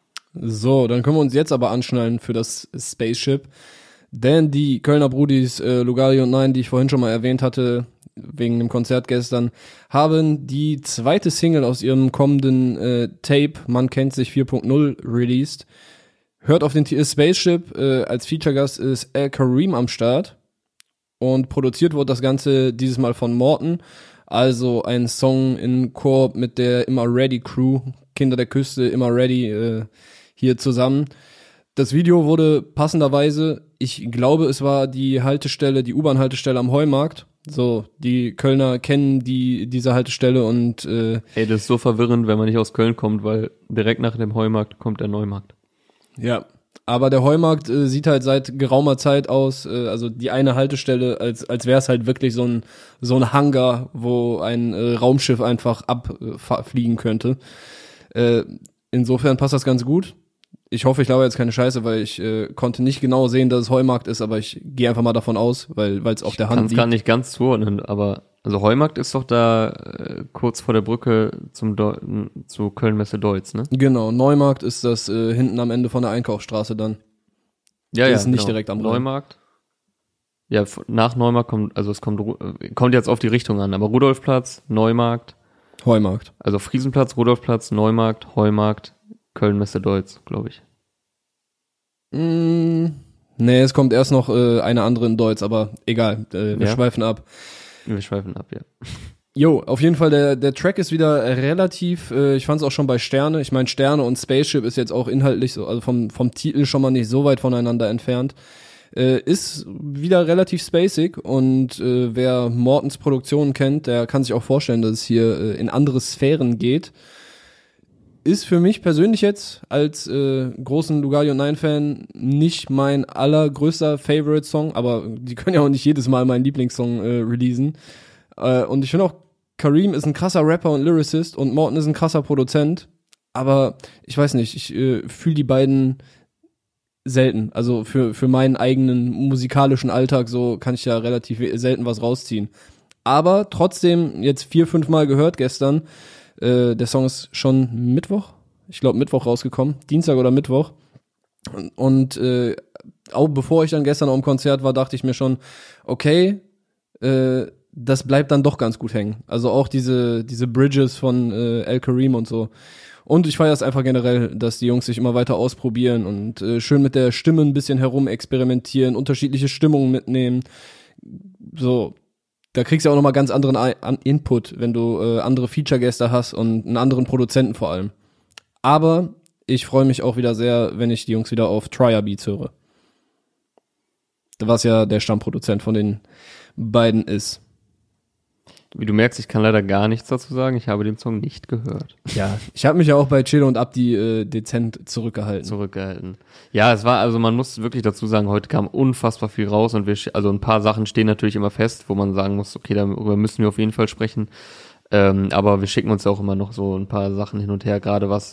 So, dann können wir uns jetzt aber anschnallen für das Spaceship. Denn die Kölner Brudis, äh, Lugali und Nein, die ich vorhin schon mal erwähnt hatte, wegen dem Konzert gestern, haben die zweite Single aus ihrem kommenden äh, Tape, Man kennt sich vier Punkt null, released. Hört auf den T- Spaceship, äh, als Feature-Gast ist El Kareem am Start. Und produziert wurde das Ganze dieses Mal von Morten. Also ein Song in Koop mit der Immer Ready Crew, Kinder der Küste, Immer Ready, äh, hier zusammen. Das Video wurde passenderweise, ich glaube, es war die Haltestelle, die U-Bahn-Haltestelle am Heumarkt. So, die Kölner kennen die diese Haltestelle und äh, Ey, das ist so verwirrend, wenn man nicht aus Köln kommt, weil direkt nach dem Heumarkt kommt der Neumarkt. ja, aber der Heumarkt äh, sieht halt seit geraumer Zeit aus, äh, also die eine Haltestelle, als als wäre es halt wirklich so ein so ein Hangar, wo ein äh, Raumschiff einfach abfliegen könnte. Äh, insofern passt das ganz gut. Ich hoffe, ich glaube jetzt keine Scheiße, weil ich äh, konnte nicht genau sehen, dass es Heumarkt ist, aber ich gehe einfach mal davon aus, weil weil es auf der Hand Kann es liegt. gar nicht ganz zuordnen, aber also Heumarkt ist doch da äh, kurz vor der Brücke zum Deu- zu Köln-Messe-Deutz, ne? Genau, Neumarkt ist das äh, hinten am Ende von der Einkaufsstraße dann. Ja, Das ist nicht direkt am Rhein. Neumarkt. Ja, f- nach Neumarkt kommt, also es kommt Ru- äh, kommt jetzt auf die Richtung an, aber Rudolfplatz, Neumarkt, Heumarkt. also Friesenplatz, Rudolfplatz, Neumarkt, Heumarkt, Köln-Messe-Deutz, glaube ich. Mm, nee, es kommt erst noch äh, eine andere in Deutsch, aber egal, äh, wir Ja. schweifen ab. Wir schweifen ab, ja. Jo, auf jeden Fall, der der Track ist wieder relativ, äh, ich fand es auch schon bei Sterne, ich meine Sterne und Spaceship ist jetzt auch inhaltlich so, also vom vom Titel schon mal nicht so weit voneinander entfernt. Äh, ist wieder relativ spacig und äh, wer Mortens Produktion kennt, der kann sich auch vorstellen, dass es hier äh, in andere Sphären geht. Ist für mich persönlich jetzt als äh, großen Lugali und Nein-Fan nicht mein allergrößter Favorite-Song, aber die können ja auch nicht jedes Mal meinen Lieblingssong äh, releasen. Äh, und ich finde auch, Kareem ist ein krasser Rapper und Lyricist und Morten ist ein krasser Produzent, aber ich weiß nicht, ich äh, fühle die beiden selten. Also für, für meinen eigenen musikalischen Alltag so kann ich ja relativ we- selten was rausziehen. Aber trotzdem jetzt vier, fünf Mal gehört gestern. Äh, der Song ist schon Mittwoch, ich glaube Mittwoch rausgekommen, Dienstag oder Mittwoch. Und, und äh, auch bevor ich dann gestern auf dem Konzert war, dachte ich mir schon, okay, äh, das bleibt dann doch ganz gut hängen. Also auch diese diese Bridges von äh, El Kareem und so. Und ich feiere es einfach generell, dass die Jungs sich immer weiter ausprobieren und äh, schön mit der Stimme ein bisschen herum experimentieren, unterschiedliche Stimmungen mitnehmen. So, da kriegst du auch nochmal ganz anderen I- an Input, wenn du äh, andere Feature-Gäste hast und einen anderen Produzenten vor allem. Aber ich freue mich auch wieder sehr, wenn ich die Jungs wieder auf Trier Beats höre. Was ja der Stammproduzent von den beiden ist. Wie du merkst, ich kann leider gar nichts dazu sagen. Ich habe den Song nicht gehört. Ja, ich habe mich ja auch bei Chelo und Abdi äh, dezent zurückgehalten. Zurückgehalten. Ja, es war, also man muss wirklich dazu sagen, heute kam unfassbar viel raus und wir, also ein paar Sachen stehen natürlich immer fest, wo man sagen muss, okay, darüber müssen wir auf jeden Fall sprechen. Ähm, aber wir schicken uns ja auch immer noch so ein paar Sachen hin und her, gerade was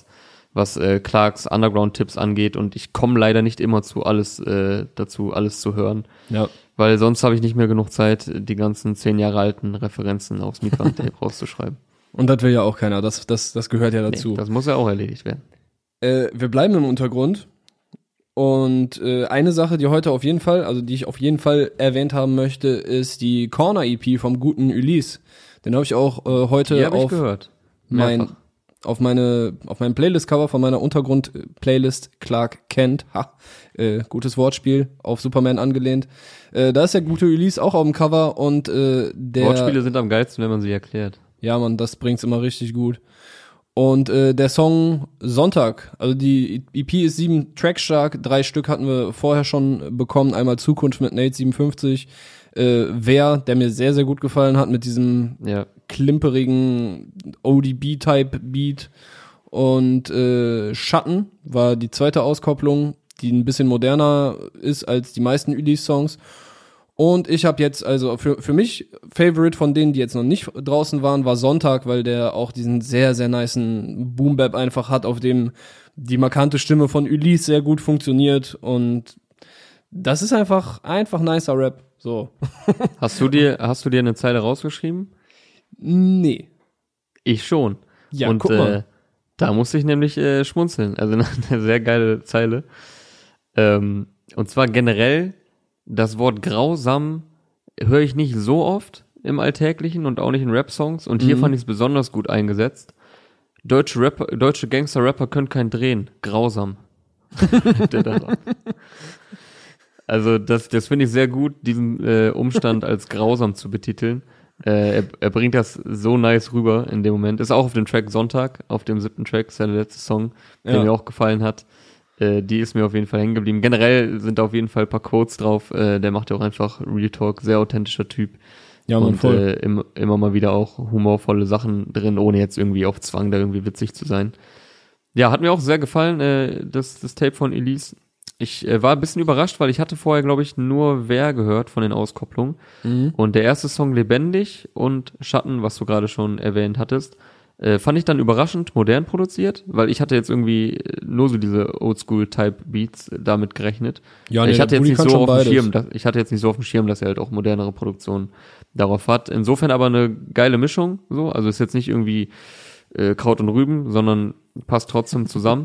was äh, Clarks Underground-Tipps angeht und ich komme leider nicht immer zu alles äh, dazu, alles zu hören. Ja. Weil sonst habe ich nicht mehr genug Zeit, die ganzen zehn Jahre alten Referenzen aufs Mietwagen-Tape rauszuschreiben. Und das will ja auch keiner, das, das, das gehört ja dazu. Nee, das muss ja auch erledigt werden. Äh, wir bleiben im Untergrund und äh, eine Sache, die heute auf jeden Fall, also die ich auf jeden Fall erwähnt haben möchte, ist die Corner-E P vom guten Ulysse. Den habe ich auch äh, heute Die hab ich auf gehört. mein Mehrfach. auf meine auf meinem Playlist-Cover von meiner Untergrund-Playlist Clark Kent, ha, äh, gutes Wortspiel, auf Superman angelehnt. Äh, da ist der gute Ulysse auch auf dem Cover und äh, der Wortspiele sind am geilsten, wenn man sie erklärt. Ja, Mann, das bringt's immer richtig gut. Und äh, der Song Sonntag, also die E P ist sieben Tracks stark, drei Stück hatten wir vorher schon bekommen, einmal Zukunft mit Nate siebenundfünfzig, äh, Wer, der mir sehr, sehr gut gefallen hat mit diesem Ja. klimperigen O D B-Type-Beat und äh, Schatten war die zweite Auskopplung, die ein bisschen moderner ist als die meisten Ulysse-Songs. Und ich habe jetzt, also für, für mich, Favorite von denen, die jetzt noch nicht draußen waren, war Sonntag, weil der auch diesen sehr, sehr nicen Boom-Bap einfach hat, auf dem die markante Stimme von Ulysse sehr gut funktioniert. Und das ist einfach, einfach nicer Rap. So. Hast du dir, hast du dir eine Zeile rausgeschrieben? Nee. Ich schon. Ja, und guck mal. Äh, da musste ich nämlich äh, schmunzeln. Also eine sehr geile Zeile. Ähm, und zwar generell, das Wort grausam höre ich nicht so oft im Alltäglichen und auch nicht in Rap-Songs. Und hier Mhm. fand ich es besonders gut eingesetzt. Deutsche Rapper, deutsche Gangster-Rapper können kein drehen. Grausam. Der da sagt. Also das, das finde ich sehr gut, diesen äh, Umstand als grausam zu betiteln. Äh, er, er bringt das so nice rüber in dem Moment. Ist auch auf dem Track Sonntag, auf dem siebten Track, ist ja der letzte Song, der Ja. mir auch gefallen hat. Äh, die ist mir auf jeden Fall hängen geblieben. Generell sind da auf jeden Fall ein paar Quotes drauf. Äh, der macht ja auch einfach Real Talk, sehr authentischer Typ. Ja, man, und voll. äh, im, immer mal wieder auch humorvolle Sachen drin, ohne jetzt irgendwie auf Zwang da irgendwie witzig zu sein. Ja, hat mir auch sehr gefallen, äh, das, das Tape von Ulysse. Ich äh, war ein bisschen überrascht, weil ich hatte vorher, glaube ich, nur Wer gehört von den Auskopplungen. Mhm. Und der erste Song Lebendig und Schatten, was du gerade schon erwähnt hattest, äh, fand ich dann überraschend modern produziert, weil ich hatte jetzt irgendwie äh, nur so diese Oldschool-Type-Beats äh, damit gerechnet. Ja, ich nee, hatte der jetzt Bulli nicht kann so schon auf dem beides. Schirm, dass, ich hatte jetzt nicht so auf dem Schirm, dass er halt auch modernere Produktionen darauf hat. Insofern aber eine geile Mischung, so, also ist jetzt nicht irgendwie äh, Kraut und Rüben, sondern passt trotzdem zusammen.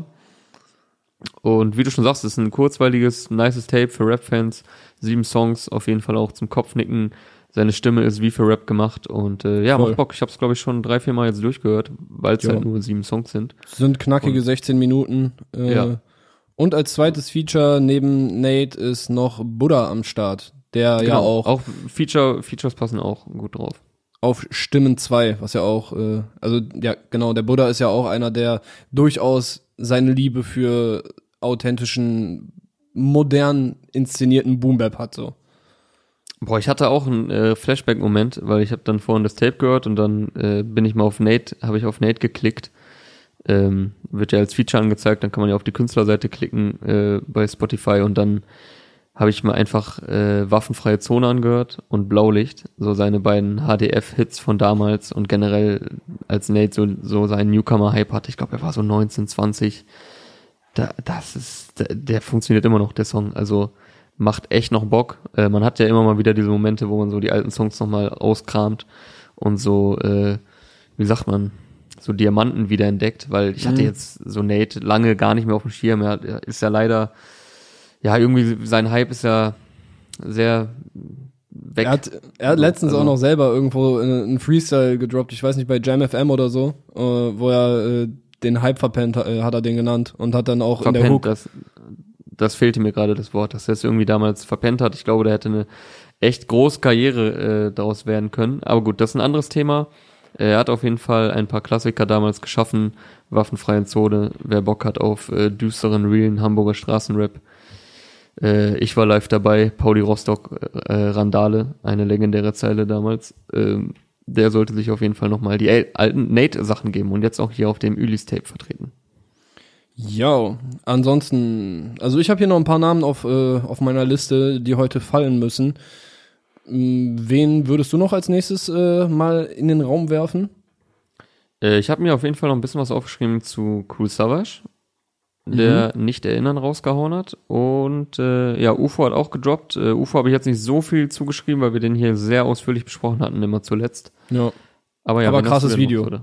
Und wie du schon sagst, es ist ein kurzweiliges, nices Tape für Rap-Fans. Sieben Songs, auf jeden Fall auch zum Kopfnicken. Seine Stimme ist wie für Rap gemacht und äh, ja, Voll. macht Bock. Ich habe es, glaube ich, schon drei, vier Mal jetzt durchgehört, weil es Ja. halt nur sieben Songs sind. Sind knackige Und- sechzehn Minuten. Äh, Ja. Und als zweites Feature neben Nate ist noch Buddha am Start, der ja Genau, auch, auch Feature, Features passen auch gut drauf. auf Stimmen zwei, was ja auch, äh, also ja genau, der Buddha ist ja auch einer, der durchaus seine Liebe für authentischen, modern inszenierten Boom-Bap hat, so. Boah, ich hatte auch einen äh, Flashback-Moment, weil ich habe dann vorhin das Tape gehört und dann äh, bin ich mal auf Nate, habe ich auf Nate geklickt. Ähm, wird ja als Feature angezeigt, dann kann man ja auf die Künstlerseite klicken äh, bei Spotify und dann habe ich mal einfach äh, Waffenfreie Zone angehört und Blaulicht, so seine beiden H D F-Hits von damals und generell als Nate so, so seinen Newcomer-Hype hatte, ich glaube, er war so neunzehn, zwanzig, da, das ist, der, der funktioniert immer noch, der Song, also macht echt noch Bock. Äh, man hat ja immer mal wieder diese Momente, wo man so die alten Songs nochmal auskramt und so, äh, wie sagt man, so Diamanten wieder entdeckt, weil ich hatte Mhm. jetzt so Nate lange gar nicht mehr auf dem Schirm. Er, er ist ja leider, ja, irgendwie sein Hype ist ja sehr weg. Er hat, er hat So, letztens also- auch noch selber irgendwo einen Freestyle gedroppt, ich weiß nicht, bei Jam F M oder so, äh, wo er äh, den Hype verpennt, äh, hat er den genannt und hat dann auch in der verpennt, Hook. das, das fehlte mir gerade das Wort, dass er es irgendwie damals verpennt hat. Ich glaube, der hätte eine echt große Karriere äh, daraus werden können. Aber gut, das ist ein anderes Thema. Er hat auf jeden Fall ein paar Klassiker damals geschaffen. Waffenfreie Zone, wer Bock hat auf äh, düsteren, realen Hamburger Straßenrap. Äh, ich war live dabei, Pauli Rostock, äh, Randale, eine legendäre Zeile damals. Ähm, der sollte sich auf jeden Fall nochmal die el- alten Nate-Sachen geben und jetzt auch hier auf dem Ulysse-Tape vertreten. Ja, ansonsten, also ich habe hier noch ein paar Namen auf, äh, auf meiner Liste, die heute fallen müssen. M, Wen würdest du noch als nächstes äh, mal in den Raum werfen? Äh, ich habe mir auf jeden Fall noch ein bisschen was aufgeschrieben zu Cool Savage. der mhm. Nicht Erinnern rausgehauen hat. Und äh, ja, U F O hat auch gedroppt. Äh, U F O habe ich jetzt nicht so viel zugeschrieben, weil wir den hier sehr ausführlich besprochen hatten, immer zuletzt. Ja. Aber ja, Aber krasses Video. Noch,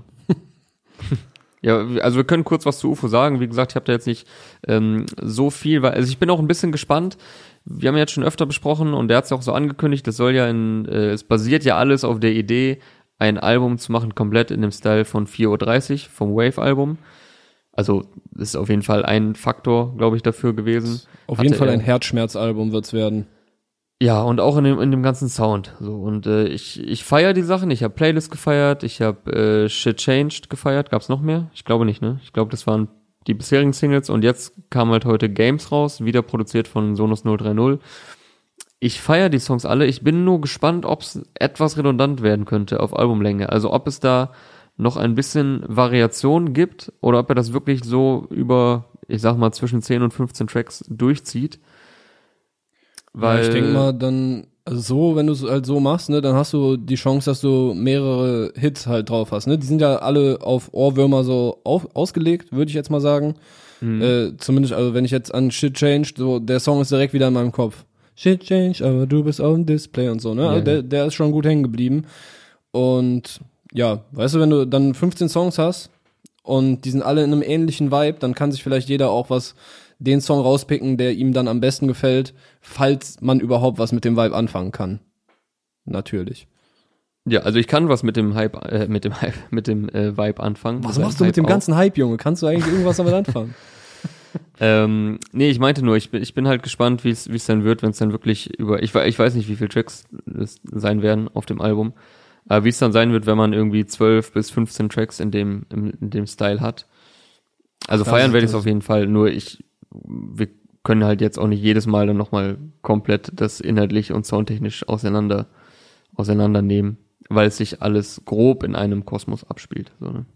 ja, also wir können kurz was zu U F O sagen. Wie gesagt, ich habe da jetzt nicht ähm, so viel, weil also ich bin auch ein bisschen gespannt. Wir haben ja jetzt schon öfter besprochen und der hat es ja auch so angekündigt, das soll ja in, äh, es basiert ja alles auf der Idee, ein Album zu machen, komplett in dem Style von vier Uhr dreißig vom Wave-Album. Also das ist auf jeden Fall ein Faktor, glaube ich, dafür gewesen. Auf jeden Fall ein Herzschmerzalbum wird's werden. Ja, und auch in dem, in dem ganzen Sound. So, und äh, ich, ich feiere die Sachen. Ich habe Playlist gefeiert, ich habe äh, Shit Changed gefeiert. Gab's noch mehr? Ich glaube nicht, ne? Ich glaube, das waren die bisherigen Singles und jetzt kam halt heute Games raus, wieder produziert von Sonos null drei null. Ich feiere die Songs alle. Ich bin nur gespannt, ob es etwas redundant werden könnte auf Albumlänge. Also ob es da noch ein bisschen Variation gibt oder ob er das wirklich so über, ich sag mal, zwischen zehn und fünfzehn Tracks durchzieht. Weil ja, ich denke mal, dann, also so, wenn du es halt so machst, ne, dann hast du die Chance, dass du mehrere Hits halt drauf hast, ne? Die sind ja alle auf Ohrwürmer so auf, ausgelegt, würde ich jetzt mal sagen. Mhm. Äh, zumindest, also wenn ich jetzt an Shit Changed, so, der Song ist direkt wieder in meinem Kopf. Shit Changed, aber du bist auf dem Display und so, ne? Ja, also der, der ist schon gut hängen geblieben. Und ja, weißt du, wenn du dann fünfzehn Songs hast und die sind alle in einem ähnlichen Vibe, dann kann sich vielleicht jeder auch was den Song rauspicken, der ihm dann am besten gefällt, falls man überhaupt was mit dem Vibe anfangen kann. Natürlich. Ja, also ich kann was mit dem Hype, äh, mit dem Hype, mit dem äh, Vibe anfangen. Was machst du mit dem ganzen Hype, Junge? Kannst du eigentlich irgendwas damit anfangen? ähm, nee, ich meinte nur, ich bin, ich bin halt gespannt, wie es wie es dann wird, wenn es dann wirklich über, ich, ich weiß nicht, wie viele Tracks es sein werden auf dem Album, aber wie es dann sein wird, wenn man irgendwie zwölf bis fünfzehn Tracks in dem, in, in dem Style hat. Also das feiern werde ich es auf jeden Fall, nur ich, wir können halt jetzt auch nicht jedes Mal dann nochmal komplett das inhaltlich und soundtechnisch auseinander, auseinandernehmen, weil es sich alles grob in einem Kosmos abspielt. So, ne?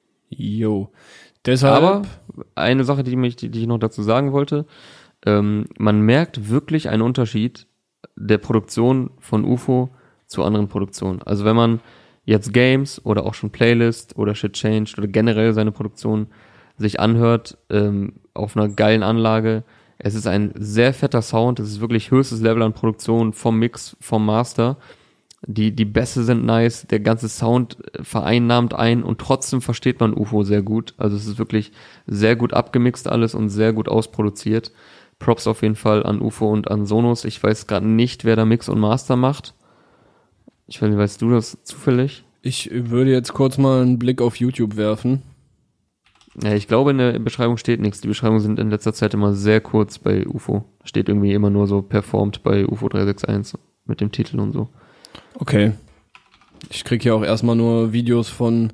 Jo. Deshalb. Aber eine Sache, die, mich, die, die ich noch dazu sagen wollte, ähm, man merkt wirklich einen Unterschied der Produktion von U F O zu anderen Produktionen. Also wenn man jetzt Games oder auch schon Playlist oder Shit Changed oder generell seine Produktion sich anhört, ähm, auf einer geilen Anlage. Es ist ein sehr fetter Sound, es ist wirklich höchstes Level an Produktion vom Mix, vom Master. Die, die Bässe sind nice, der ganze Sound vereinnahmt ein und trotzdem versteht man U F O sehr gut. Also es ist wirklich sehr gut abgemixt alles und sehr gut ausproduziert. Props auf jeden Fall an U F O und an Sonos. Ich weiß gerade nicht, wer da Mix und Master macht. Ich weiß nicht, weißt du das zufällig? Ich würde jetzt kurz mal einen Blick auf YouTube werfen. Ja, ich glaube, in der Beschreibung steht nichts. Die Beschreibungen sind in letzter Zeit immer sehr kurz bei U F O. Steht irgendwie immer nur so performt bei U F O drei sechs eins mit dem Titel und so. Okay. Ich krieg hier auch erstmal nur Videos von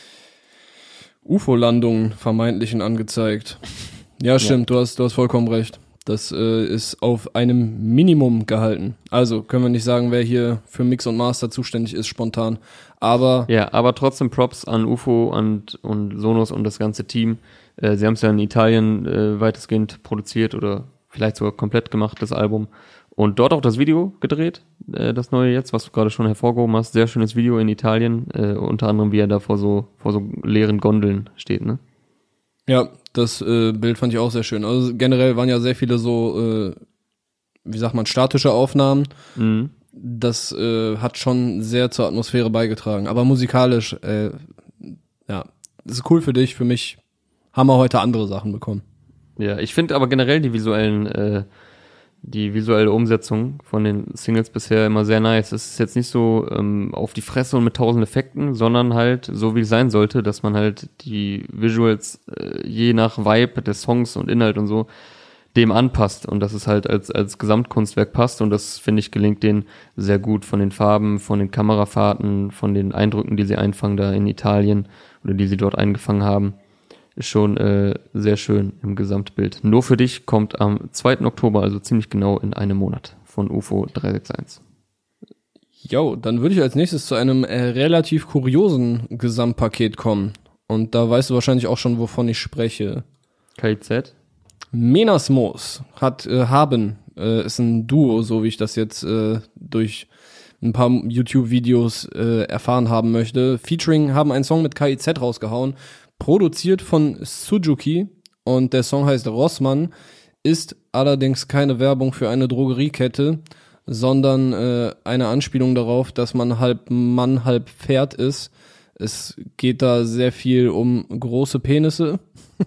U F O-Landungen, vermeintlichen, angezeigt. Ja, stimmt, ja. Du hast, du hast vollkommen recht. Das äh, ist auf einem Minimum gehalten. Also können wir nicht sagen, wer hier für Mix und Master zuständig ist, spontan. Aber ja, aber trotzdem Props an U F O und, und Sonos und das ganze Team. Äh, sie haben es ja in Italien äh, weitestgehend produziert oder vielleicht sogar komplett gemacht, das Album. Und dort auch das Video gedreht, äh, das neue jetzt, was du gerade schon hervorgehoben hast. Sehr schönes Video in Italien, äh, unter anderem wie er da vor so, vor so leeren Gondeln steht, ne? Ja, das äh, Bild fand ich auch sehr schön. Also generell waren ja sehr viele so, äh, wie sagt man, statische Aufnahmen. Mhm. Das äh, hat schon sehr zur Atmosphäre beigetragen. Aber musikalisch, äh, ja, das ist cool für dich. Für mich haben wir heute andere Sachen bekommen. Ja, ich finde aber generell die visuellen, äh, die visuelle Umsetzung von den Singles bisher immer sehr nice. Es ist jetzt nicht so ähm, auf die Fresse und mit tausend Effekten, sondern halt so, wie es sein sollte, dass man halt die Visuals äh, je nach Vibe des Songs und Inhalt und so dem anpasst und dass es halt als als Gesamtkunstwerk passt und das, finde ich, gelingt denen sehr gut von den Farben, von den Kamerafahrten, von den Eindrücken, die sie einfangen da in Italien oder die sie dort eingefangen haben. Ist schon äh, sehr schön im Gesamtbild. Nur für dich kommt am zweiten Oktober, also ziemlich genau in einem Monat, von U F O drei sechs eins. Jo, dann würde ich als nächstes zu einem äh, relativ kuriosen Gesamtpaket kommen. Und da weißt du wahrscheinlich auch schon, wovon ich spreche. K I Z? Menasmos hat äh, haben, äh, ist ein Duo, so wie ich das jetzt äh, durch ein paar YouTube-Videos äh, erfahren haben möchte. Featuring haben einen Song mit K I Z rausgehauen, produziert von Suzuki und der Song heißt Rossmann, ist allerdings keine Werbung für eine Drogeriekette, sondern äh, eine Anspielung darauf, dass man halb Mann, halb Pferd ist. Es geht da sehr viel um große Penisse.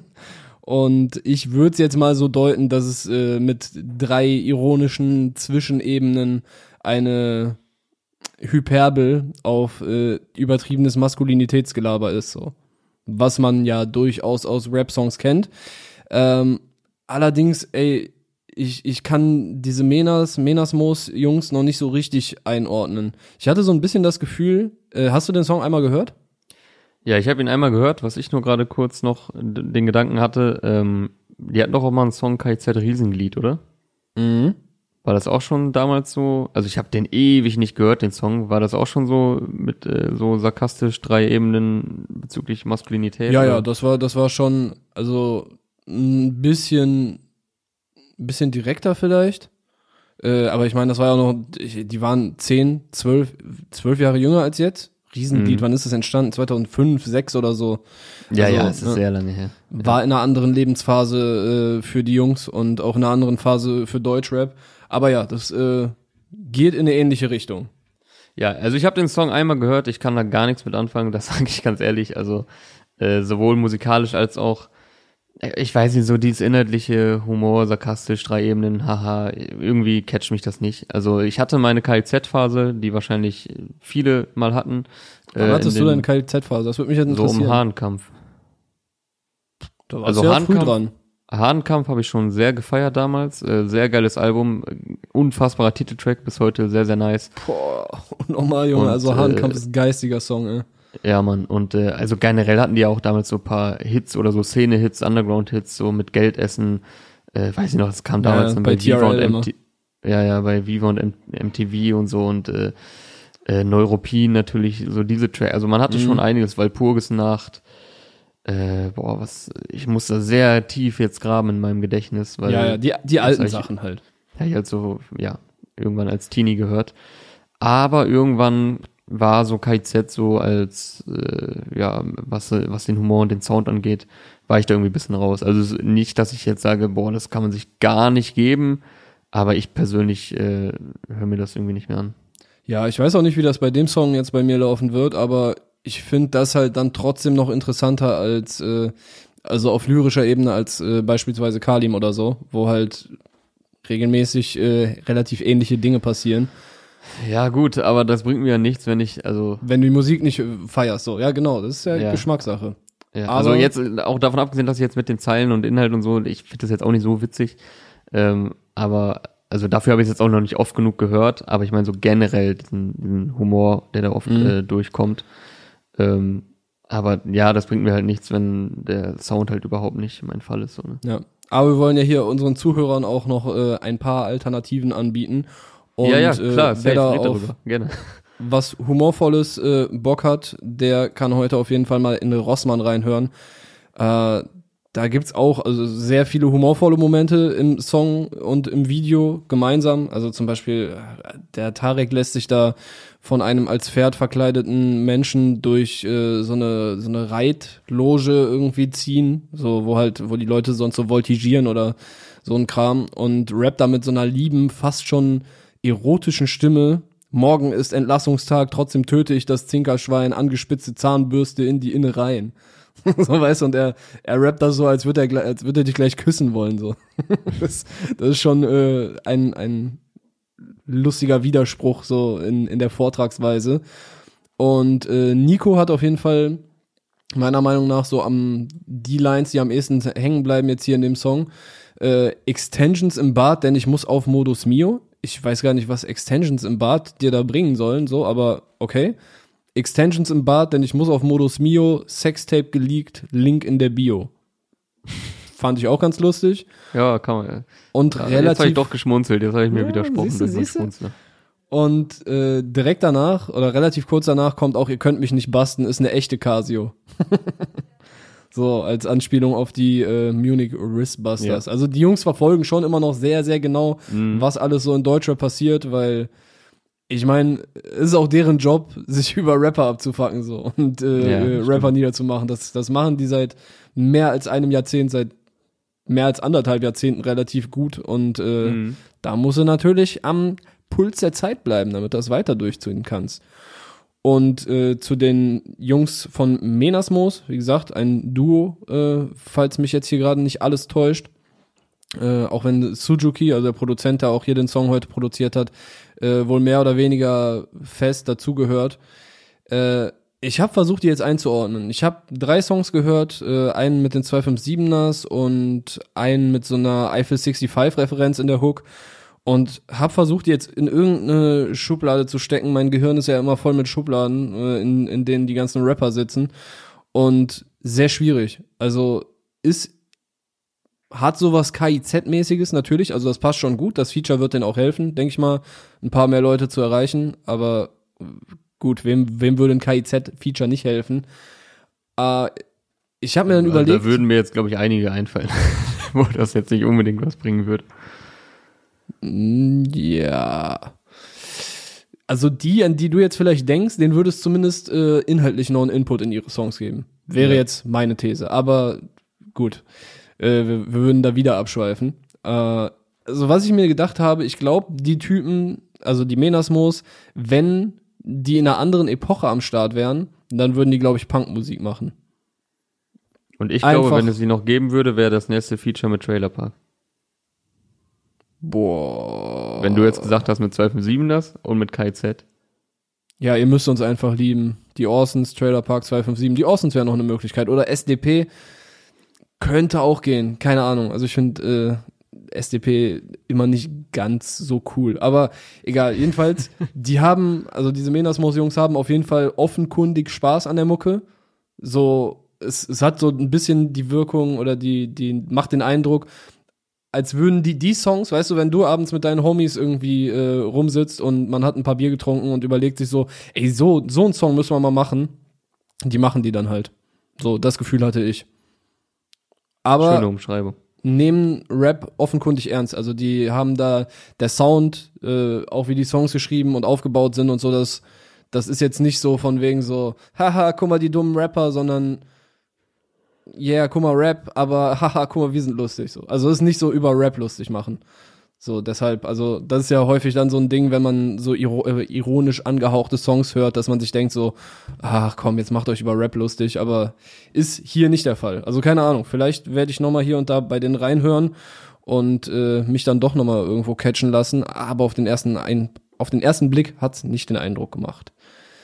Und ich würde es jetzt mal so deuten, dass es äh, mit drei ironischen Zwischenebenen eine Hyperbel auf äh, übertriebenes Maskulinitätsgelaber ist, so. Was man ja durchaus aus Rap-Songs kennt. Ähm, allerdings, ey, ich, ich kann diese Menas, Menasmos-Jungs noch nicht so richtig einordnen. Ich hatte so ein bisschen das Gefühl, äh, hast du den Song einmal gehört? Ja, ich habe ihn einmal gehört, was ich nur gerade kurz noch den Gedanken hatte, ähm, die hatten doch auch mal einen Song K Z Riesenglied, oder? Mhm. War das auch schon damals so, also ich habe den ewig nicht gehört, den Song, war das auch schon so mit äh, so sarkastisch drei Ebenen bezüglich Maskulinität? Ja, oder? ja, das war, das war schon, also ein bisschen, bisschen direkter vielleicht. Äh, aber ich meine, das war ja auch noch, die waren zehn, zwölf, zwölf Jahre jünger als jetzt. Riesenlied, Mhm. wann ist das entstanden? zweitausendfünf, sechs oder so. Ja, also, ja, es ist ne, sehr lange her. war in einer anderen Lebensphase äh, für die Jungs und auch in einer anderen Phase für Deutschrap. Aber ja, das äh, geht in eine ähnliche Richtung. Ja, also ich habe den Song einmal gehört, ich kann da gar nichts mit anfangen, das sage ich ganz ehrlich, also äh, sowohl musikalisch als auch, äh, ich weiß nicht, so dieses inhaltliche Humor, sarkastisch, drei Ebenen, haha, irgendwie catcht mich das nicht. Also ich hatte meine K I Z-Phase, die wahrscheinlich viele mal hatten. Wann äh, hattest in du den- deine K I Z-Phase? Das würde mich jetzt So interessieren. um Hahnkampf. Da warst also du ja früh Hahnkampf- dran. Hahnkampf habe ich schon sehr gefeiert damals, äh, sehr geiles Album, äh, unfassbarer Titeltrack, bis heute sehr, sehr nice. Boah, nochmal, Junge, Und, also Hahnkampf äh, ist ein geistiger Song, ey. Ja, Mann, und äh, also generell hatten die ja auch damals so ein paar Hits oder so Szene-Hits, Underground-Hits, so mit Geldessen, äh, weiß ich noch, das kam damals Ja, dann bei bei T R Viva L und immer. M T V. Ja, ja, bei Viva und M- M T V und so und äh, äh, Neuropin natürlich, so diese Track, also man hatte Mhm. schon einiges, Walpurgisnacht, äh, boah, was, ich muss da sehr tief jetzt graben in meinem Gedächtnis, weil Ja, ja, die, die das alten hab ich- Sachen halt. habe ich halt so, ja, irgendwann als Teenie gehört. Aber irgendwann war so K I Z so als, äh, ja, was, was den Humor und den Sound angeht, war ich da irgendwie ein bisschen raus. Also es ist nicht, dass ich jetzt sage, boah, das kann man sich gar nicht geben, aber ich persönlich äh, höre mir das irgendwie nicht mehr an. Ja, ich weiß auch nicht, wie das bei dem Song jetzt bei mir laufen wird, aber ich finde das halt dann trotzdem noch interessanter als, äh, also auf lyrischer Ebene als äh, beispielsweise Kalim oder so, wo halt regelmäßig äh, relativ ähnliche Dinge passieren. Ja gut, aber das bringt mir ja nichts, wenn ich, also Wenn du die Musik nicht äh, feierst, so. Ja, genau, das ist ja, Ja. Geschmackssache. Ja, Aber- also jetzt äh, auch davon abgesehen, dass ich jetzt mit den Zeilen und Inhalt und so, ich finde das jetzt auch nicht so witzig, ähm, aber also dafür habe ich es jetzt auch noch nicht oft genug gehört, aber ich meine so generell diesen, diesen Humor, der da oft Mhm. äh, durchkommt, ähm, aber ja, das bringt mir halt nichts, wenn der Sound halt überhaupt nicht mein Fall ist. So, ne? Ja. Aber wir wollen ja hier unseren Zuhörern auch noch äh, ein paar Alternativen anbieten. Und ja, ja, klar, äh, safe, wer da red auf darüber, gerne. was Humorvolles äh, Bock hat, der kann heute auf jeden Fall mal in Rossmann reinhören. Äh, da gibt's auch also sehr viele humorvolle Momente im Song und im Video gemeinsam. Also zum Beispiel, äh, der Tarek lässt sich da von einem als Pferd verkleideten Menschen durch äh, so eine so eine Reitloge irgendwie ziehen, so wo halt, wo die Leute sonst so voltigieren oder so ein Kram und rappt da mit so einer lieben, fast schon erotischen Stimme. Morgen ist Entlassungstag, trotzdem töte ich das Zinkerschwein, angespitzte Zahnbürste in die Innereien. So, weißt du, und er, er rappt das so, als würde er, gleich- als würde er dich gleich küssen wollen, so. Das, das ist schon äh, ein, ein lustiger Widerspruch, so in, in der Vortragsweise. Und äh, Nico hat auf jeden Fall meiner Meinung nach so am, die Lines, die am ehesten hängen bleiben jetzt hier in dem Song, äh, Extensions im Bad, denn ich muss auf Modus Mio. Ich weiß gar nicht, was Extensions im Bad dir da bringen sollen, so, aber okay. Extensions im Bad, denn ich muss auf Modus Mio, Sextape geleakt, Link in der Bio. Fand ich auch ganz lustig. Ja, kann man. Ja. Und Ja, jetzt habe ich relativ doch geschmunzelt, jetzt habe ich mir Ja, widersprochen siehste, durch mein siehste. Schmunzler. Und äh, direkt danach oder relativ kurz danach kommt auch, ihr könnt mich nicht basten, ist eine echte Casio. So, als Anspielung auf die äh, Munich Wristbusters. Ja. Also die Jungs verfolgen schon immer noch sehr, sehr genau, Mhm. was alles so in Deutschrap passiert, weil ich meine, es ist auch deren Job, sich über Rapper abzufacken so und äh, Ja, äh, stimmt. Rapper niederzumachen. Das, das machen die seit mehr als einem Jahrzehnt, seit mehr als anderthalb Jahrzehnten relativ gut und äh, Mhm. da musst du natürlich am Puls der Zeit bleiben, damit du das weiter durchziehen kannst. Und äh, zu den Jungs von Menasmos, wie gesagt, ein Duo, äh, falls mich jetzt hier gerade nicht alles täuscht. Äh, auch wenn Suzuki, also der Produzent, der auch hier den Song heute produziert hat, äh, wohl mehr oder weniger fest dazugehört. Äh, ich habe versucht, die jetzt einzuordnen. Ich habe drei Songs gehört, äh, einen mit den zwei fünf siebeners und einen mit so einer Eiffel fünfundsiebzig-Referenz in der Hook. Und hab versucht, die jetzt in irgendeine Schublade zu stecken. Mein Gehirn ist ja immer voll mit Schubladen, äh, in, in denen die ganzen Rapper sitzen. Und sehr schwierig. Also ist, hat sowas K I Z-mäßiges natürlich. Also das passt schon gut. Das Feature wird denen auch helfen, denke ich mal, ein paar mehr Leute zu erreichen. Aber gut, wem, wem würde ein K I Z-Feature nicht helfen? Äh, ich habe mir dann Also überlegt. Da würden mir jetzt, glaube ich, einige einfallen, wo das jetzt nicht unbedingt was bringen würde. Ja. Also die, an die du jetzt vielleicht denkst, denen würde es zumindest äh, inhaltlich noch einen Input in ihre Songs geben. Wäre Ja. jetzt meine These. Aber gut, äh, wir, wir würden da wieder abschweifen. Äh, also was ich mir gedacht habe, ich glaube, die Typen, also die Menasmos, wenn die in einer anderen Epoche am Start wären, dann würden die, glaube ich, Punkmusik machen. Und ich Einfach- glaube, wenn es sie noch geben würde, wäre das nächste Feature mit Trailer Park. Boah. Wenn du jetzt gesagt hast mit zwei fünf sieben das und mit K I Z. Ja, ihr müsst uns einfach lieben. Die Orsons, Trailer Park zwei fünf sieben. Die Orsons wäre noch eine Möglichkeit. Oder S D P könnte auch gehen. Keine Ahnung. Also ich finde äh, S D P immer nicht ganz so cool. Aber egal. Jedenfalls, die haben, also diese Menasmos-Jungs haben auf jeden Fall offenkundig Spaß an der Mucke. So, es, es hat so ein bisschen die Wirkung oder die, die macht den Eindruck, als würden die, die Songs, weißt du, wenn du abends mit deinen Homies irgendwie äh, rumsitzt und man hat ein paar Bier getrunken und überlegt sich so, ey, so, so einen Song müssen wir mal machen. Die machen die dann halt. So, das Gefühl hatte ich. Aber Schöne Umschreibung. nehmen Rap offenkundig ernst. Also die haben da, der Sound, äh, auch wie die Songs geschrieben und aufgebaut sind und so, das, das ist jetzt nicht so von wegen so, haha, guck mal, die dummen Rapper, sondern yeah, guck mal, Rap, aber haha, guck mal, wir sind lustig. So. Also es ist nicht so über Rap lustig machen. So, deshalb, also das ist ja häufig dann so ein Ding, wenn man so iro- äh, ironisch angehauchte Songs hört, dass man sich denkt so, ach komm, jetzt macht euch über Rap lustig, aber ist hier nicht der Fall. Also keine Ahnung, vielleicht werde ich nochmal hier und da bei denen reinhören und äh, mich dann doch nochmal irgendwo catchen lassen, aber auf den ersten, ein, auf den ersten Blick hat's nicht den Eindruck gemacht.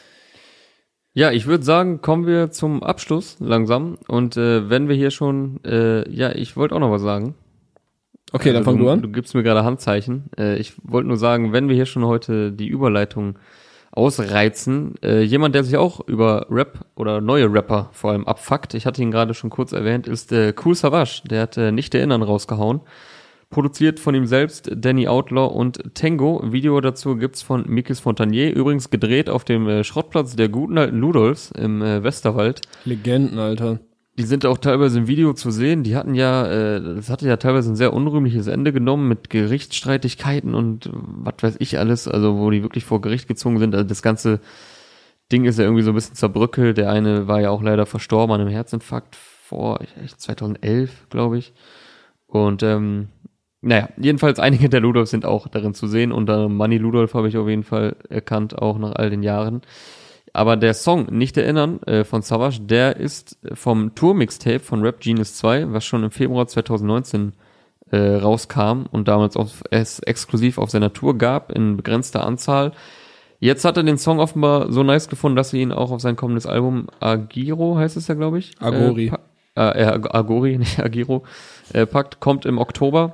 Ja, ich würde sagen, kommen wir zum Abschluss langsam. Und äh, wenn wir hier schon, äh, ja, ich wollte auch noch was sagen. Okay, dann Also fang du an. Du gibst mir gerade Handzeichen. Äh, ich wollte nur sagen, wenn wir hier schon heute die Überleitung ausreizen, äh, jemand, der sich auch über Rap oder neue Rapper vor allem abfuckt, ich hatte ihn gerade schon kurz erwähnt, ist äh, Kool Savas. Der hat äh, Nicht erinnern rausgehauen. Produziert von ihm selbst, Danny Outlaw und Tango. Video dazu gibt's von Mikis Fontanier. Übrigens gedreht auf dem äh, Schrottplatz der guten alten Ludolfs im äh, Westerwald. Legenden, Alter. Die sind auch teilweise im Video zu sehen. Die hatten ja, äh, das hatte ja teilweise ein sehr unrühmliches Ende genommen mit Gerichtsstreitigkeiten und äh, was weiß ich alles. Also wo die wirklich vor Gericht gezogen sind. Also das ganze Ding ist ja irgendwie so ein bisschen zerbröckelt. Der eine war ja auch leider verstorben an einem Herzinfarkt vor echt zweitausendelf, glaube ich. Und ähm, naja, jedenfalls einige der Ludolfs sind auch darin zu sehen. Unter Manni Ludolf habe ich auf jeden Fall erkannt, auch nach all den Jahren. Aber der Song Nicht erinnern äh, von Savas, der ist vom Tour-Mixtape von Rap Genius zwei, was schon im Februar zweitausendneunzehn äh, rauskam und damals auch es exklusiv auf seiner Tour gab, in begrenzter Anzahl. Jetzt hat er den Song offenbar so nice gefunden, dass er ihn auch auf sein kommendes Album Agiro, heißt es ja, glaube ich. Agori. Äh, pa- äh, äh, Agori, nicht Agiro, äh, packt, kommt im Oktober.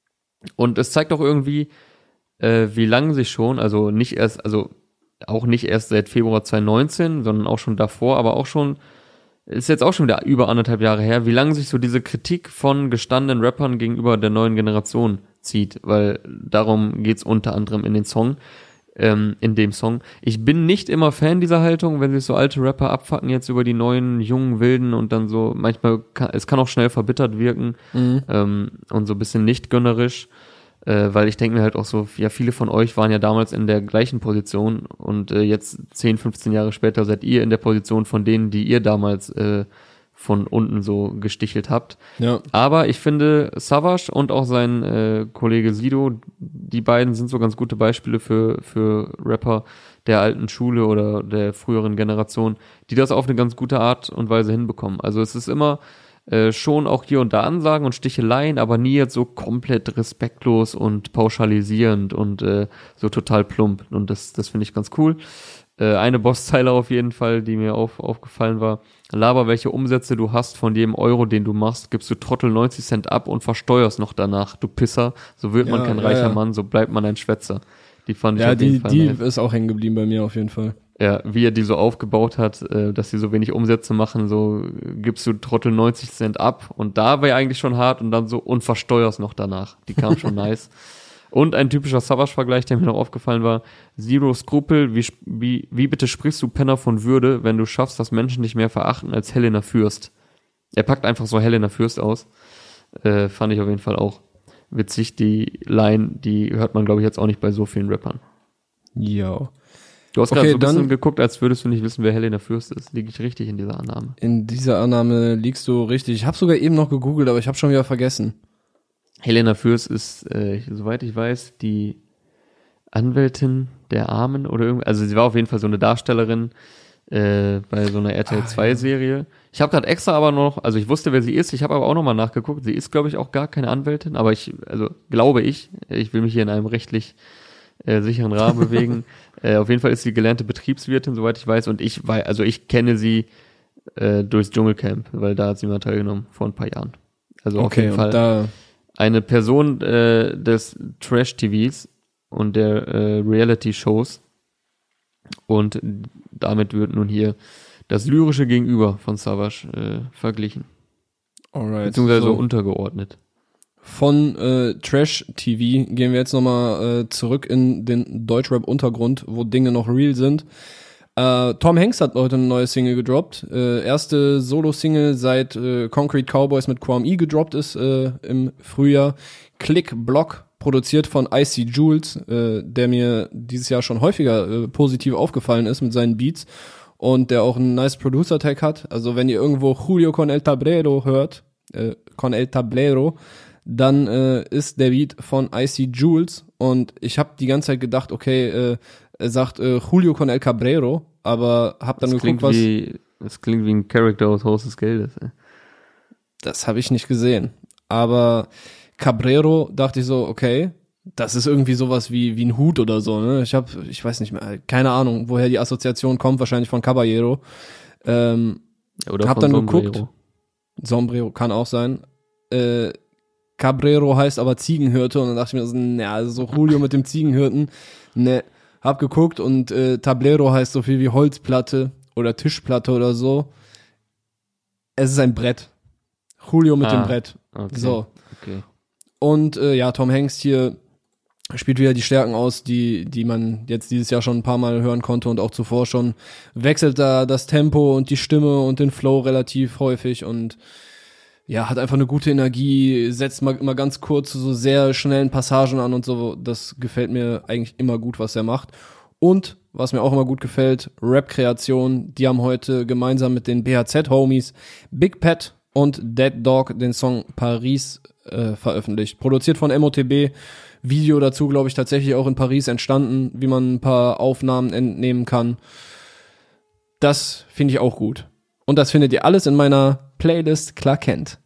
Und es zeigt auch irgendwie, äh, wie lange sich schon, also nicht erst, also auch nicht erst seit Februar zweitausendneunzehn, sondern auch schon davor, aber auch schon, ist jetzt auch schon wieder über anderthalb Jahre her, wie lange sich so diese Kritik von gestandenen Rappern gegenüber der neuen Generation zieht, weil darum geht's unter anderem in den Song, ähm, in dem Song. Ich bin nicht immer Fan dieser Haltung, wenn sich so alte Rapper abfacken jetzt über die neuen, jungen, wilden und dann so, manchmal, kann, es kann auch schnell verbittert wirken, Mhm. ähm, und so ein bisschen nicht gönnerisch. Äh, weil ich denke mir halt auch so, ja, viele von euch waren ja damals in der gleichen Position und äh, jetzt zehn, fünfzehn Jahre später seid ihr in der Position von denen, die ihr damals äh, von unten so gestichelt habt. Ja. Aber ich finde, Savage und auch sein äh, Kollege Sido, die beiden sind so ganz gute Beispiele für, für Rapper der alten Schule oder der früheren Generation, die das auf eine ganz gute Art und Weise hinbekommen. Also es ist immer äh, schon auch hier und da Ansagen und Sticheleien, aber nie jetzt so komplett respektlos und pauschalisierend und äh, so total plump. Und das, das finde ich ganz cool. Äh, eine Bosszeile auf jeden Fall, die mir auf, aufgefallen war: Laber, welche Umsätze du hast von jedem Euro, den du machst, gibst du Trottel neunzig Cent ab und versteuerst noch danach, du Pisser. So wird man Ja, kein ja, reicher ja. Mann, so bleibt man ein Schwätzer. Die fand ich Ja, auf jeden die, Fall die nice. ist auch hängen geblieben bei mir auf jeden Fall. Ja, wie er die so aufgebaut hat, äh, dass sie so wenig Umsätze machen, so äh, gibst du Trottel neunzig Cent ab und da wäre eigentlich schon hart und dann so und versteuerst noch danach. Die kam schon nice. Und ein typischer Savage-Vergleich, der mir noch aufgefallen war: Zero Skrupel, wie, wie, wie bitte sprichst du Penner von Würde, wenn du schaffst, dass Menschen dich mehr verachten als Helena Fürst? Er packt einfach so Helena Fürst aus. Äh, fand ich auf jeden Fall auch witzig. Die Line, die hört man, glaube ich, jetzt auch nicht bei so vielen Rappern. Ja. Du hast Okay, gerade so ein dann- bisschen geguckt, als würdest du nicht wissen, wer Helena Fürst ist. Liege ich richtig in dieser Annahme? In dieser Annahme liegst du richtig. Ich habe sogar eben noch gegoogelt, aber ich habe schon wieder vergessen. Helena Fürst ist, äh, soweit ich weiß, die Anwältin der Armen oder irgendwie. Also sie war auf jeden Fall so eine Darstellerin äh, bei so einer R T L zwei Serie. Ich habe gerade extra aber noch, also ich wusste, wer sie ist, ich habe aber auch nochmal nachgeguckt. Sie ist, glaube ich, auch gar keine Anwältin, aber ich, also glaube ich, ich will mich hier in einem rechtlich äh, sicheren Rahmen bewegen. Äh, auf jeden Fall ist sie gelernte Betriebswirtin, soweit ich weiß, und ich weiß, also ich kenne sie äh, durchs Dschungelcamp, weil da hat sie mal teilgenommen vor ein paar Jahren. Also auf Okay, jeden und Fall da eine Person äh, des Trash-T Vs und der äh, Reality-Shows, und damit wird nun hier das lyrische Gegenüber von Savage äh, verglichen, alright, beziehungsweise so. untergeordnet. Von äh, Trash-T V gehen wir jetzt nochmal äh, zurück in den Deutschrap-Untergrund, wo Dinge noch real sind. Äh, Tom Hanks hat heute eine neue Single gedroppt. Äh, erste Solo-Single seit äh, Concrete Cowboys mit Quam E gedroppt ist äh, im Frühjahr. Click Block, produziert von Icy Jules, äh, der mir dieses Jahr schon häufiger äh, positiv aufgefallen ist mit seinen Beats und der auch einen nice Producer-Tag hat. Also wenn ihr irgendwo Julio con el Tablero hört, äh, con el Tablero, dann äh, ist der Beat von Icy Jules und ich habe die ganze Zeit gedacht, okay, äh, er sagt äh, Julio con el Cabrero, aber hab dann Das geguckt, klingt was... wie, das klingt wie ein Charakter aus Haus des Geldes. Ey. Das habe ich nicht gesehen. Aber Cabrero dachte ich so, okay, das ist irgendwie sowas wie wie ein Hut oder so, ne? Ich habe, ich weiß nicht mehr, keine Ahnung, woher die Assoziation kommt, wahrscheinlich von Caballero. Ähm, Oder hab von dann Sombrero. geguckt. Sombrero kann auch sein. Äh, Cabrero heißt aber Ziegenhirte und dann dachte ich mir so, ne, also so Julio mit dem Ziegenhirten, ne. Hab geguckt und äh, Tablero heißt so viel wie Holzplatte oder Tischplatte oder so. Es ist ein Brett. Julio mit Ah, dem Brett. Okay. So. Okay. Und äh, ja, Tom Hanks hier spielt wieder die Stärken aus, die die man jetzt dieses Jahr schon ein paar Mal hören konnte und auch zuvor schon. Wechselt da das Tempo und die Stimme und den Flow relativ häufig und ja, hat einfach eine gute Energie, setzt mal, mal ganz kurz so sehr schnellen Passagen an und so. Das gefällt mir eigentlich immer gut, was er macht. Und was mir auch immer gut gefällt, Rap-Kreation. Die haben heute gemeinsam mit den B H Z-Homies Big Pat und Dead Dog den Song Paris äh, veröffentlicht. Produziert von M O T B. Video dazu, glaube ich, tatsächlich auch in Paris entstanden, wie man ein paar Aufnahmen entnehmen kann. Das finde ich auch gut. Und das findet ihr alles in meiner Playlist Clark Kent.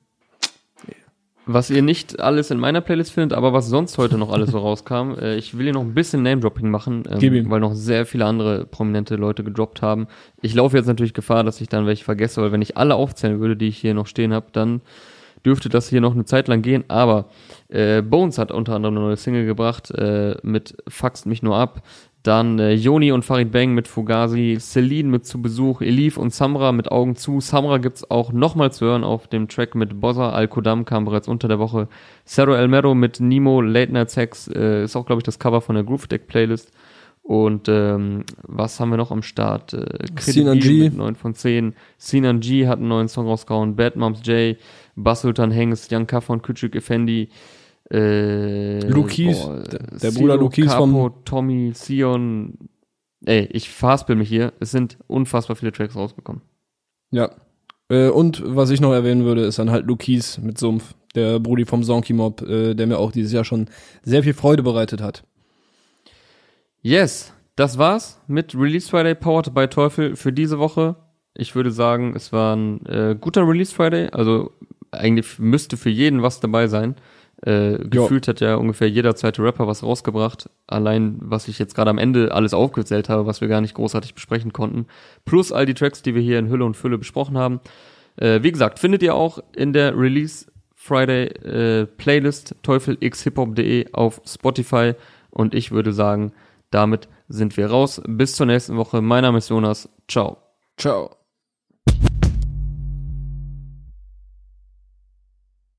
Was ihr nicht alles in meiner Playlist findet, aber was sonst heute noch alles so rauskam, äh, ich will hier noch ein bisschen Name-Dropping machen, Gib ihm. ähm, weil noch sehr viele andere prominente Leute gedroppt haben. Ich laufe jetzt natürlich Gefahr, dass ich dann welche vergesse, weil wenn ich alle aufzählen würde, die ich hier noch stehen habe, dann dürfte das hier noch eine Zeit lang gehen, aber äh, Bones hat unter anderem eine neue Single gebracht äh, mit Fuckst mich nur ab. Dann äh, Yoni und Farid Bang mit Fugazi, Celine mit Zu Besuch, Elif und Samra mit Augen zu. Samra gibt's auch nochmal zu hören auf dem Track mit Bozza. Al-Kodam kam bereits unter der Woche. Cerro El Mero mit Nemo, Late Night Sex, äh, ist auch, glaube ich, das Cover von der Groove Deck Playlist. Und ähm, was haben wir noch am Start? Äh, Sinan Credit G. mit neun von zehn. Sinan G hat einen neuen Song rausgehauen. Bad Moms J, Bas Sultan Hengst, Jan Kaffer und Küçük Effendi. Äh, Lukis, boah, der, der Silo, Bruder Lukis Capo, vom... Tommy, Sion. Ey, ich verhaspel mich hier. Es sind unfassbar viele Tracks rausgekommen. Ja, Äh, und was ich noch erwähnen würde, ist dann halt Lukis mit Sumpf, der Brudi vom Zonky Mob, äh, der mir auch dieses Jahr schon sehr viel Freude bereitet hat. Yes, das war's mit Release Friday Powered by Teufel für diese Woche. Ich würde sagen, es war ein äh, guter Release Friday, also eigentlich müsste für jeden was dabei sein. Äh, gefühlt hat ja ungefähr jeder zweite Rapper was rausgebracht. Allein, was ich jetzt gerade am Ende alles aufgezählt habe, was wir gar nicht großartig besprechen konnten. Plus all die Tracks, die wir hier in Hülle und Fülle besprochen haben. Äh, wie gesagt, findet ihr auch in der Release Friday äh, Playlist teufel x hip hop punkt de auf Spotify. Und ich würde sagen, damit sind wir raus. Bis zur nächsten Woche. Mein Name ist Jonas. Ciao. Ciao.